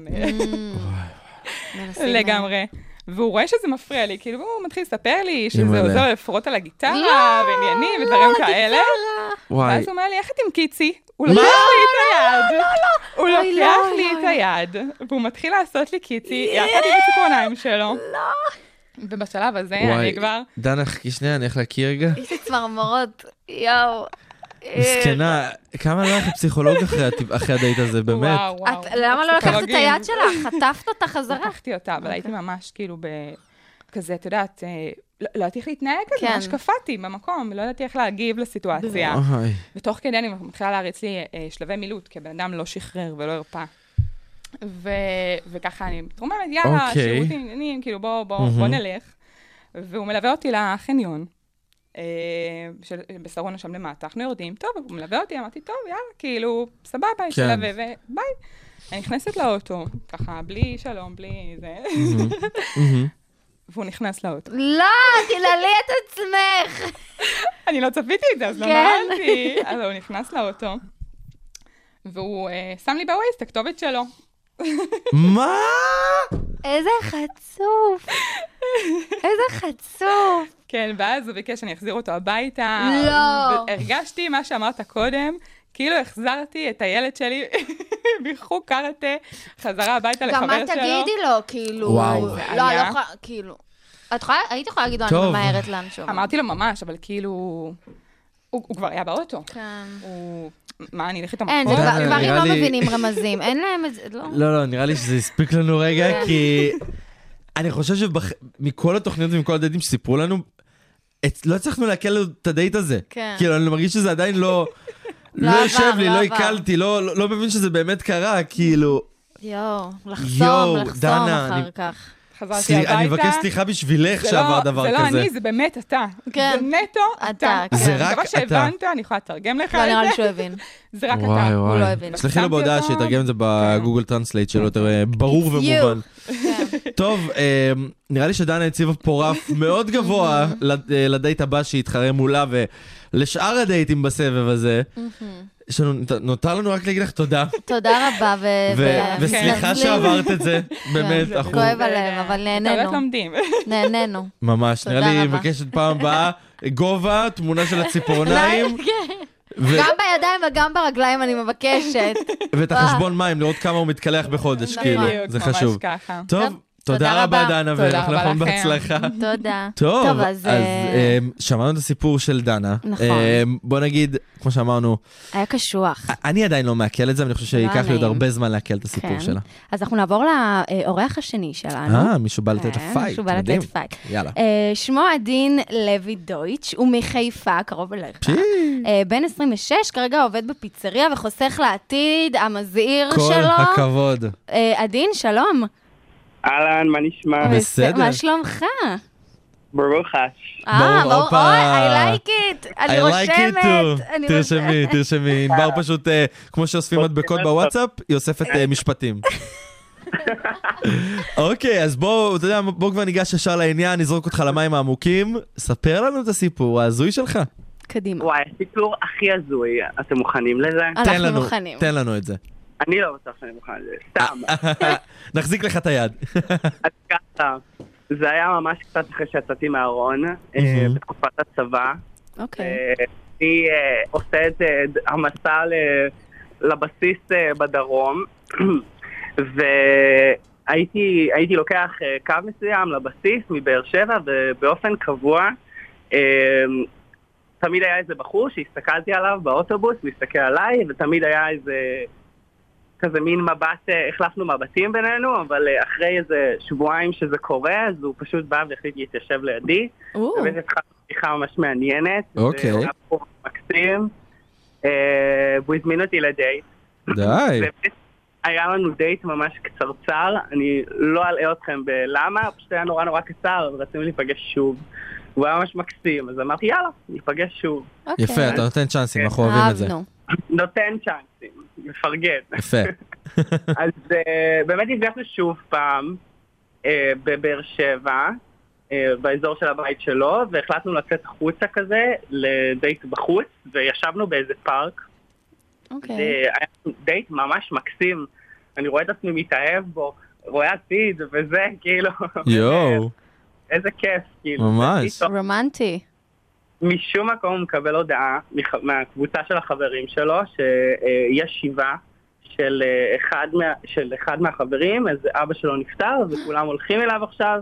לגמרי. והוא רואה שזה מפריע לי, כאילו, הוא מתחיל לספר לי שזה עוזר לפרוט על הגיטרה, ועניינים ודברים כאלה. ואז הוא אומר לי, איך את עם קיצי? הוא לוקח לי את היד. הוא לוקח לי את היד, והוא מתחיל לעשות לי קיצי, יחד עם הציפורניים שלו. ובשלב הזה אני כבר... דנה, חכי שנייה, אני איך להכיר רגע? יש לי צמרמורות, יאו. מסכנה, כמה לא הלך פסיכולוג אחרי הדייט הזה, באמת? וואו. למה לא לקחת את היד שלך? חטפת אותה חזרה? לקחתי אותה, אבל הייתי ממש כאילו כזה, את יודעת, לא ידעתי איך להתנהג כזה, ממש קפאתי במקום, לא ידעתי איך להגיב לסיטואציה. ותוך כדי אני מתחילה להריץ לי שלבי מילוט, כי הבן אדם לא שחרר ולא הרפא. וככה אני מתרוממת, יאללה, שירותים, עניינים, כאילו בוא נלך. והוא מלווה אותי לחניון. בשרונה שם למטה, אנחנו יורדים, טוב, הוא מלווה אותי, אמרתי, טוב, יאללה, כאילו, סבבה, יש לווה, וביי. אני נכנסת לאוטו, ככה, בלי שלום, בלי זה. והוא נכנס לאוטו. לא, תלעלי את עצמך. אני לא צפיתי את זה, אז לא נעלתי. אז הוא נכנס לאוטו, והוא שם לי בווייז את הכתובת שלו. מה? איזה חצוף. איזה חצוף. כן, ואז הוא ביקש שאני אחזיר אותו הביתה. לא. הרגשתי מה שאמרת קודם, כאילו החזרתי את הילד שלי בחוג קראטה, חזרה הביתה לחבר שלו. גם מה תגידי לו, כאילו... וואו. לא, אני לא יכולה, כאילו... היית יכולה להגיד לו, אני ממהרת לאנשהו. אמרתי לו ממש, אבל כאילו... הוא כבר היה באוטו. כן. מה, אני אלך איתם אין, הכל? גברים לא מבינים רמזים, אין להם את זה, לא. לא, נראה לי שזה הספיק לנו רגע, כי... אני חושב שמכל התוכניות ומכל הדייטים שסיפרו לנו, לא הצלחנו להקל את הדייט הזה. כן. כאילו, אני מרגיש שזה עדיין לא יושב לי, לא הקלתי, לא מבין שזה באמת קרה, כאילו... לחסום אחר כך. חזרתי הביתה. אני מבקש סליחה בשבילך שעבר דבר כזה. זה לא אני, זה באמת אתה. כן. זה נטו אתה. זה רק אתה. דבר שהבנת, אני יכולה לתרגם לך את לא זה. נראה לי שהוא הבין. זה רק אתה. הוא לא הבין. סליחי לו בהודעה שיתרגם את זה בגוגל טרנסלייט שלו יותר ברור ומובן. טוב, נראה לי שדנה הציבה פה רף מאוד גבוה לדייט הבא שיתחרה מולה ולשאר הדייטים בסבב הזה. נותר לנו רק להגיד לך תודה. תודה רבה. וסליחה שעברת את זה, באמת. כואב הלב, אבל נהנינו. נהנינו. ממש, נראה לי מבקשת פעם הבאה, גובה, תמונה של הציפורניים. גם בידיים וגם ברגליים אני מבקשת. ואת החשבון מים, לראות כמה הוא מתקלח בחודש, כאילו, זה חשוב. טוב. תודה רבה, דנה, ואנחנו נכון בהצלחה. תודה. טוב, אז שמענו את הסיפור של דנה. נכון. בוא נגיד, כמו שאמרנו... היה קשוח. אני עדיין לא מעכל את זה, ואני חושב שיקח לי עוד הרבה זמן לעכל את הסיפור שלה. אז אנחנו נעבור לאורח השני שלנו. מישהו בא לתת לפייט. מישהו בא לתת פייט. יאללה. שמו עדין לוי דויטש, הוא מחיפה, קרוב אליך. בן 26, כרגע עובד בפיצריה וחוסך לעתיד המזהיר שלו. כל הכבוד. עדין, שלום. אהלן, מה נשמע? בסדר. מה שלומך? ברוך הש. ברוך, I like it. אני רושמת. תרשמי. ענבר פשוט, כמו שאוספים מדבקות בוואטסאפ, היא אוספת משפטים. אוקיי, אז בוא כבר ניגש ישר לעניין, נזרוק אותך למים העמוקים. ספר לנו את הסיפור ההזוי שלך. קדימה. וואי, הסיפור הכי הזוי. אתם מוכנים לזה? אנחנו מוכנים. תן לנו את זה. אני לא בטוח שאני מוכן לזה, סתם. נחזיק לך את היד. אז ככה, זה היה ממש קצת אחרי שיצאתי מהארון, בתקופת הצבא. אוקיי. אני עושה את המסע לבסיס בדרום, והייתי לוקח קו מסוים לבסיס מבאר שבע, ובאופן קבוע, תמיד היה איזה בחור שהסתכלתי עליו באוטובוס, מסתכל עליי, ותמיד היה איזה... כזה מין מבט, החלפנו מבטים בינינו, אבל אחרי איזה שבועיים שזה קורה, אז הוא פשוט בא והחליט להתיישב לידי. באמת התחלנו שיחה ממש מעניינת. אוקיי. הוא היה פה מקסים. והוא הזמין אותי לדייט. די. היה לנו דייט ממש קצרצר, אני לא אלאה אתכם בלמה, פשוט היה נורא קצר, ורצינו להיפגש שוב. הוא היה ממש מקסים, אז אמרתי, יאללה, ניפגש שוב. יפה, אתה נותן צ'אנסים, אנחנו אוהבים את זה. נותן צ'אנסים, מפרגן. יפה. אז באמת נפגשנו שוב פעם בבאר שבע, באזור של הבית שלו, והחלטנו לצאת החוצה כזה, לדייט בחוץ, וישבנו באיזה פארק. אוקיי. היה דייט ממש מקסים, אני רואה את עצמי מתאהב בו, רואה עתיד וזה, כאילו... יואו. איזה כיף, כאילו. ממש. רומנטי. משום מקום הוא מקבל הודעה מהקבוצה של החברים שלו, שיש שיבה של אחד מהחברים, אז אבא שלו נפטר, וכולם הולכים אליו עכשיו,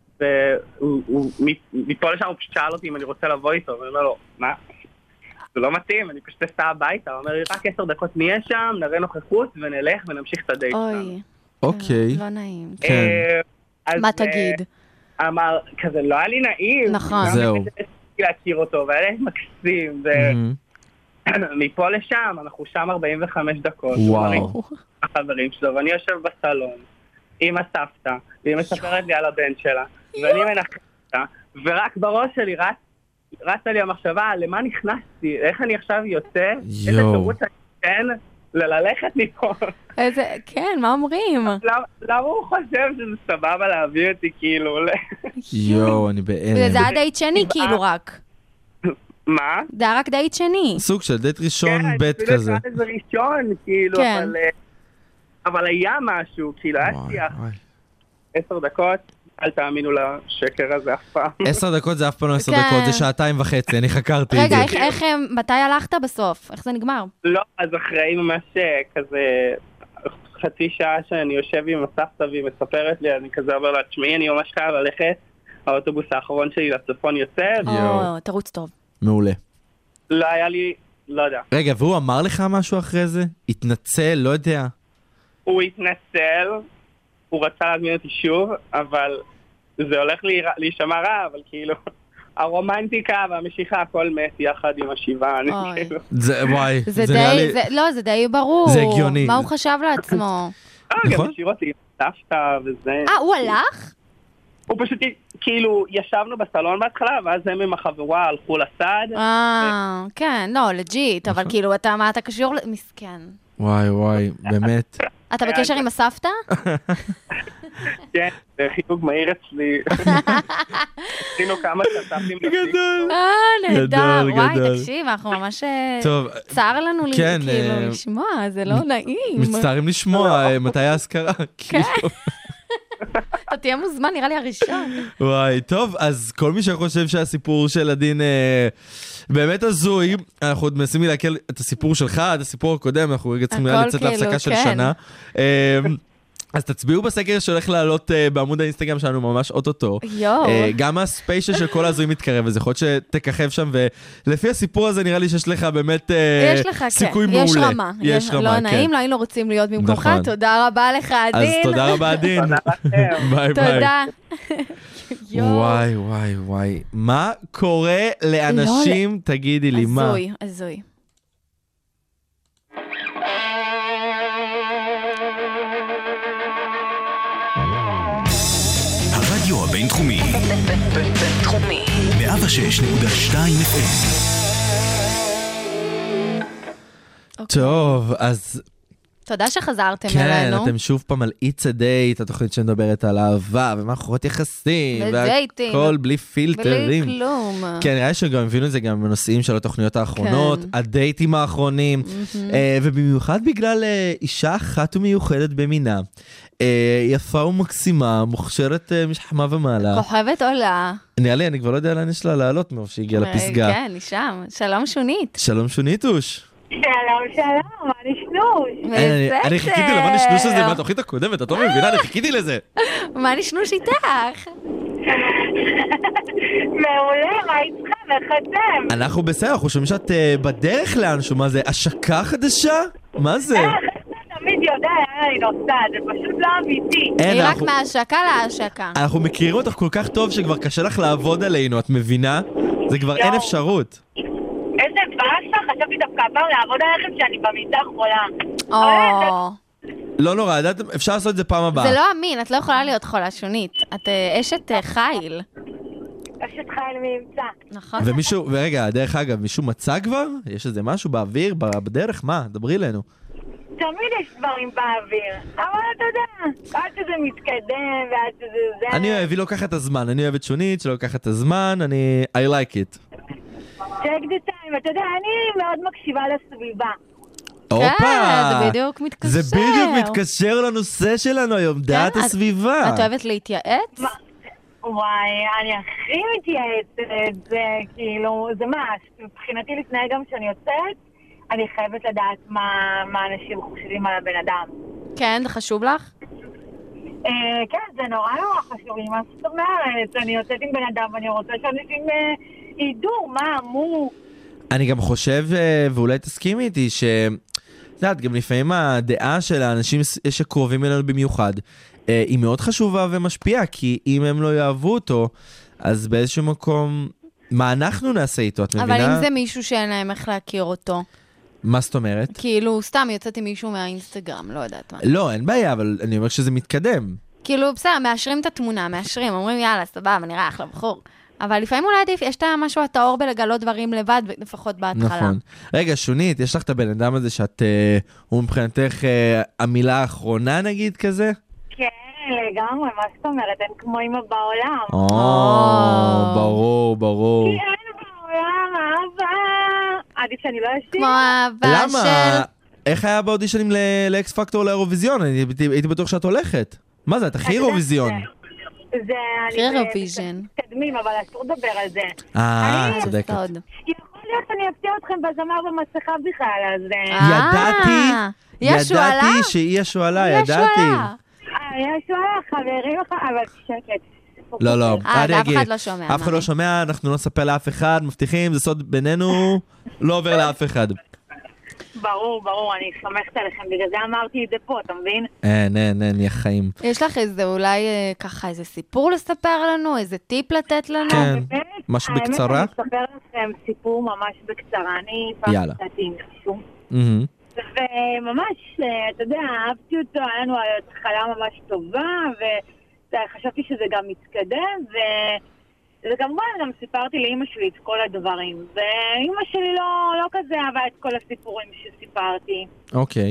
ומפה לשם הוא פשוט שאל אותי אם אני רוצה לבוא איתו, ואני אומר לו, מה? זה לא מתאים, אני פשוט אסע הביתה, הוא אומר לי, רק 10 דקות נהיה שם, נראה נוכחות, ונלך ונמשיך את הדייט שלנו. אוי. אוקיי. לא נעים. כן. מה תגיד? אמר, כזה לא היה לי נעים. נכון. זהו. להכיר אותו, והיה לי מקסים, ומפה לשם, אנחנו שם 45 דקות. וואו. החברים שלו, ואני יושב בסלון, עם הסבתא, והיא מספרת לי על הבן שלה, ואני מנחת אותה, ורק בראש שלי רץ רצה לי המחשבה, למה נכנסתי? איך אני עכשיו יוצא? איזה תירוץ אני אתן ללכת מפה? כן, מה אומרים? למה הוא חושב שזה סבבה להביא אותי כאילו? יואו, אני בהלם. זה היה דייט שני כאילו רק. מה? זה היה רק דייט שני. סוג של דייט ראשון בית כזה. כן, זה ראשון, כאילו, אבל היה משהו, כאילו, היה שיח. 10 דקות, אל תאמינו לשקר הזה אף פעם. 10 דקות זה אף פעם לא 10 דקות, זה 2.5, אני חקרתי את זה. רגע, מתי הלכת בסוף? איך זה נגמר? לא, אז אחרי ממש כזה חצי שעה שאני יושב עם הסבתא והיא מספרת לי, אני כזה אומר לה, תשמעי, אני ממש חייב ללכת, האוטובוס האחרון שלי לצפון יוצא. תרוץ טוב. מעולה. לא היה לי, לא יודע. רגע, והוא אמר לך משהו אחרי זה? התנצל, לא יודע. הוא התנצל, הוא רצה להזמין אותי שוב, אבל זה הולך להישמע רע, אבל כאילו, הרומנטיקה והמשיכה, הכל מת יחד עם השיבה. וואי, זה די, לא, זה די ברור. זה הגיוני. מה הוא חשב לעצמו? גם השאיר אותי עם סבתא וזה. הוא הלך? הוא פשוט, כאילו, ישבנו בסלון בהתחלה, ואז הם עם החבורה הלכו לצד. כן, לא, לג'יט, אבל כאילו, מה אתה קשור? מסכן. וואי, באמת. אתה בקשר עם הסבתא? כן, זה חיתוג מהיר אצלי. עשינו כמה שתפים. גדול. נהדר. וואי, תקשיב, אנחנו ממש... צער לנו כן, כאילו לשמוע, זה לא נעים. מצטערים לשמוע מתי ההזכרה. כן. אתה תהיה מוזמן, נראה לי הראשון. וואי, טוב, אז כל מי שחושב שהסיפור של הדין באמת הזוי, אנחנו עוד מנסים להקל את הסיפור שלך, את הסיפור הקודם, אנחנו רגע צריכים לצאת להפסקה של שנה. אז תצביעו בסקר שהולך לעלות בעמוד האינסטגרם שלנו ממש אוטוטו. גם הספיישל של כל הזוי מתקרב, אז יכול להיות שתככב שם, ולפי הסיפור הזה נראה לי שיש לך באמת סיכוי מעולה. יש רמה. יש רמה, לא נעים, לא היינו רוצים להיות במקומך. תודה רבה לך, עדין. אז תודה רבה, עדין. ביי ביי. תודה. וואי. מה קורה לאנשים? תגידי לי מה. הזוי. הרדיו הבינתחומי. בינתחומי. 106.2 FM. טוב, אז... תודה שחזרתם אלינו. כן, אתם שוב פעם על It's a Date, התוכנית שמדברת על אהבה ומערכות יחסים. ודייטים. והכל בלי פילטרים. בלי כלום. כן, נראה לי שגם הבינו את זה גם בנושאים של התוכניות האחרונות, הדייטים האחרונים, ובמיוחד בגלל אישה אחת ומיוחדת במינה. יפה ומקסימה, מוכשרת משחמה ומעלה. כוכבת עולה. נראה לי, אני כבר לא יודע לאן יש לה לעלות מאיפה שהגיעה לפסגה. כן, היא שם. שלום שונית. שלום שוניתוש. שלום, מה נשנוש? אני חיכיתי למה נשנוש הזה מהתוכנית הקודמת, את לא מבינה, אני חיכיתי לזה. מה נשנוש איתך? מעולה, מה איתכם? איך אתם? אנחנו בסדר, אנחנו שומעים שאת בדרך לאנשהו, מה זה, השקה חדשה? מה זה? תמיד יודע, אני נוסעת, זה פשוט לא אמיתי. היא רק מהשקה להשקה. אנחנו מכירים אותך כל כך טוב שכבר קשה לך לעבוד עלינו, את מבינה? זה כבר אין אפשרות. איזה באסה, חשבתי דווקא פעם לעבוד עליכם שאני במיטה חולה. לא נורא, אפשר לעשות את זה פעם הבאה. זה לא אמין, את לא יכולה להיות חולה שונית. את אשת חיל. אשת חיל מאמצע. נכון. ומישהו, ורגע, דרך אגב, מישהו מצא כבר? יש איזה משהו באוויר, בדרך? מה? דברי אלינו. תמיד יש דברים באוויר, אבל אתה יודע, עד שזה מתקדם ועד שזה זה... אני אוהב, היא לוקחת את הזמן, אני אוהבת שונית שלוקחת את הזמן, I like it. check the time, אתה יודע, אני מאוד מקשיבה לסביבה. אופה! זה בדיוק מתקשר. זה בדיוק מתקשר לנושא שלנו היום, דעת הסביבה. את אוהבת להתייעץ? וואי, אני הכי מתייעצת, זה כאילו, זה מה, מבחינתי לפני גם שאני יוצאת, אני חייבת לדעת מה אנשים חושבים על הבן אדם. כן, זה חשוב לך? כן, זה נורא חשוב לי, מה זאת אומרת? אני יוצאת עם בן אדם ואני רוצה שאנשים ידעו מה אמרו. אני גם חושב, ואולי תסכימי איתי, יודעת, גם לפעמים הדעה של האנשים שקרובים אלינו במיוחד, היא מאוד חשובה ומשפיעה, כי אם הם לא יאהבו אותו, אז באיזשהו מקום, מה אנחנו נעשה איתו, את מבינה? אבל אם זה מישהו שאין להם איך להכיר אותו. מה זאת אומרת? כאילו, סתם יוצאתי מישהו מהאינסטגרם, לא יודעת מה. לא, אין בעיה, אבל אני אומר שזה מתקדם. כאילו, בסדר, מאשרים את התמונה, מאשרים, אומרים, יאללה, סבבה, נראה אחלה בחור. אבל לפעמים אולי עדיף, יש משהו הטהור בלגלות דברים לבד, לפחות בהתחלה. נכון. רגע, שונית, יש לך את הבן אדם הזה שאת, הוא מבחינתך המילה האחרונה נגיד כזה? כן, לגמרי, מה זאת אומרת? אין כמו אמא בעולם. ברור. כי אין בעולם, אהבה. עדיף שאני לא אשים. כמו אהבה של... למה? איך היה באודישנים לאקס פקטור לאירוויזיון? הייתי בטוח שאת הולכת. מה זה, את הכי אירוויזיון. זה... הכי אירוויז'ן. מתקדמים, אבל אסור לדבר על זה. צודקת. יכול להיות שאני אפתיע אתכם בזמר במסכה בכלל, אז... ידעתי שהיא השואלה, ידעתי. השואלה, חברים, אבל שקט. לא, אף אחד לא שומע. אף אחד לא שומע, אנחנו לא נספר לאף אחד, מבטיחים, זה סוד בינינו, לא עובר לאף אחד. ברור, אני סומכת עליכם, בגלל זה אמרתי את זה פה, אתה מבין? אין, יא חיים. יש לך איזה, אולי ככה, איזה סיפור לספר לנו, איזה טיפ לתת לנו? כן, משהו בקצרה? האמת, אני אספר לכם סיפור ממש בקצרה, אני פעם קצת עם משהו. וממש, אתה יודע, אהבתי אותו, היה לנו התחלה ממש טובה, וחשבתי שזה גם מתקדם, וכמובן גם סיפרתי לאמא שלי את כל הדברים, ואמא שלי לא כזה אהבה את כל הסיפורים שסיפרתי. אוקיי.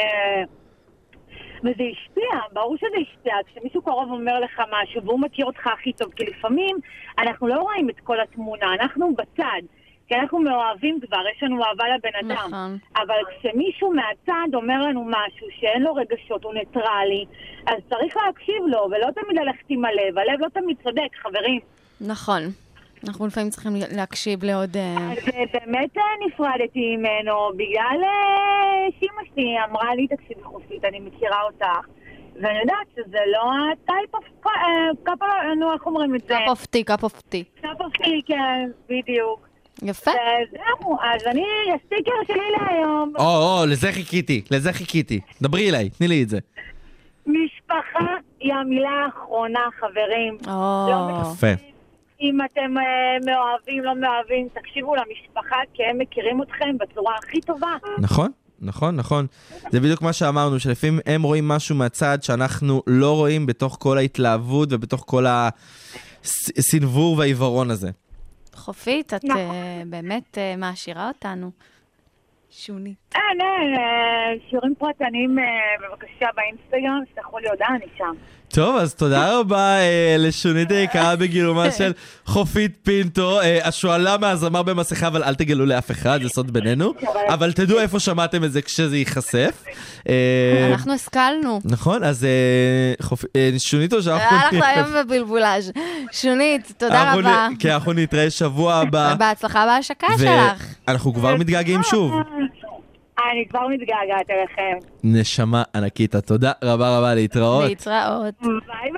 וזה השפיע, ברור שזה השפיע, כשמישהו קרוב אומר לך משהו, והוא מכיר אותך הכי טוב, כי לפעמים אנחנו לא רואים את כל התמונה, אנחנו בצד. כי אנחנו מאוהבים כבר, יש לנו אהבה לבן אדם. נכון. אבל כשמישהו מהצד אומר לנו משהו שאין לו רגשות, הוא ניטרלי, אז צריך להקשיב לו, ולא תמיד ללכת עם הלב. הלב לא תמיד צודק, חברים. נכון. אנחנו לפעמים צריכים להקשיב לעוד... אז באמת נפרדתי ממנו, בגלל שאמא שלי אמרה לי, תקשיבי חופית, אני מכירה אותך. ואני יודעת שזה לא הטייפ אוף... איך אומרים את זה? קאפ אוף טי. כן, בדיוק. יפה. זהו, אז אני, הסטיקר שלי להיום. לזה חיכיתי. דברי אליי, תני לי את זה. משפחה היא המילה האחרונה, חברים. יפה. אם אתם מאוהבים, לא מאוהבים, תקשיבו למשפחה, כי הם מכירים אתכם בצורה הכי טובה. נכון. זה בדיוק מה שאמרנו, שלפעמים הם רואים משהו מהצד שאנחנו לא רואים בתוך כל ההתלהבות ובתוך כל הסנבור והעיוורון הזה. חופית, את באמת מעשירה אותנו. שוני. שיעורים פרטניים בבקשה באינסטגרם, שתחו לי הודעה, אני שם. טוב, אז תודה רבה לשונית היקרה בגילומה של חופית פינטו, השואלה מהזמר במסכה, אבל אל תגלו לאף אחד, זה סוד בינינו, אבל תדעו איפה שמעתם את זה כשזה ייחשף. אנחנו השכלנו. נכון, אז שונית או שאנחנו... אנחנו היום בבלבולאז'. שונית, תודה רבה. כי אנחנו נתראה שבוע הבא. בהצלחה בהשקה שלך. ואנחנו כבר מתגעגעים שוב. אני כבר מתגעגעת אליכם. נשמה ענקית, תודה רבה, להתראות. ביי.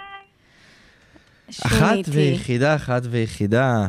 אחת ויחידה.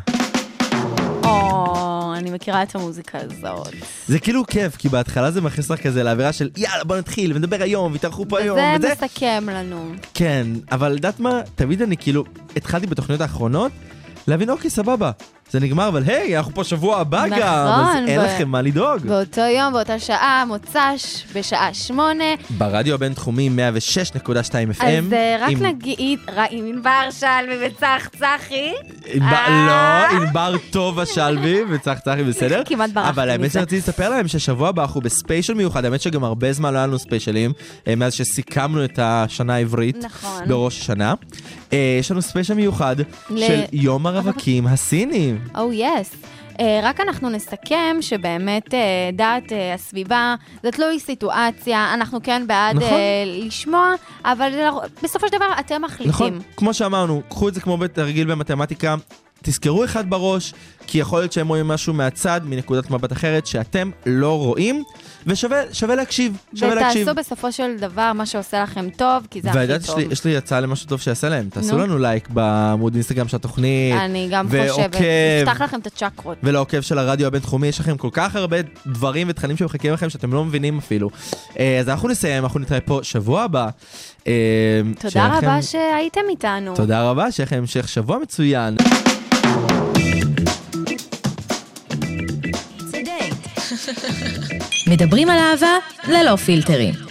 אני מכירה את המוזיקה הזאת. זה כאילו כיף, כי בהתחלה זה מכניס לך כזה לאווירה של יאללה בוא נתחיל ונדבר היום ותערכו פה היום. וזה מסכם לנו. כן, אבל יודעת מה? תמיד אני כאילו התחלתי בתוכניות האחרונות להבין אוקיי סבבה. זה נגמר, אבל היי, אנחנו פה שבוע הבא גם, אז אין לכם מה לדאוג. באותו יום, באותה שעה, מוצ"ש, בשעה 8. ברדיו הבינתחומי 106.2 FM. אז רק נגיד, עם ענבר שלוי וצח צחי. לא, ענבר טובה שלוי וצח צחי בסדר. כמעט ברחתי מזה. אבל האמת שרציתי לספר להם ששבוע הבא אנחנו בספיישל מיוחד, האמת שגם הרבה זמן לא היה לנו ספיישלים, מאז שסיכמנו את השנה העברית בראש השנה. יש לנו ספיישל מיוחד של יום הרווקים הסינים. רק אנחנו נסכם שבאמת דעת הסביבה, זה תלוי סיטואציה, אנחנו כן בעד לשמוע, אבל בסופו של דבר אתם מחליטים. נכון, כמו שאמרנו, קחו את זה כמו בתרגיל במתמטיקה, תזכרו אחד בראש, כי יכול להיות שהם רואים משהו מהצד, מנקודת מבט אחרת, שאתם לא רואים, ושווה להקשיב. ותעשו בסופו של דבר מה שעושה לכם טוב, כי זה הכי טוב. יש לי הצעה למשהו טוב שיעשה להם. תעשו לנו לייק בעמוד אינסטגרם של התוכנית. אני גם חושבת, נפתח לכם את הצ'קרות. ולעוקב של הרדיו הבינתחומי, יש לכם כל כך הרבה דברים ותכנים שמחכים לכם, שאתם לא מבינים אפילו. אז אנחנו נסיים, אנחנו נתראה פה שבוע הבא. תודה רבה שהייתם איתנו. תודה רבה, שיהיה לכם המשך שבוע מצוין. מדברים על אהבה ללא פילטרים.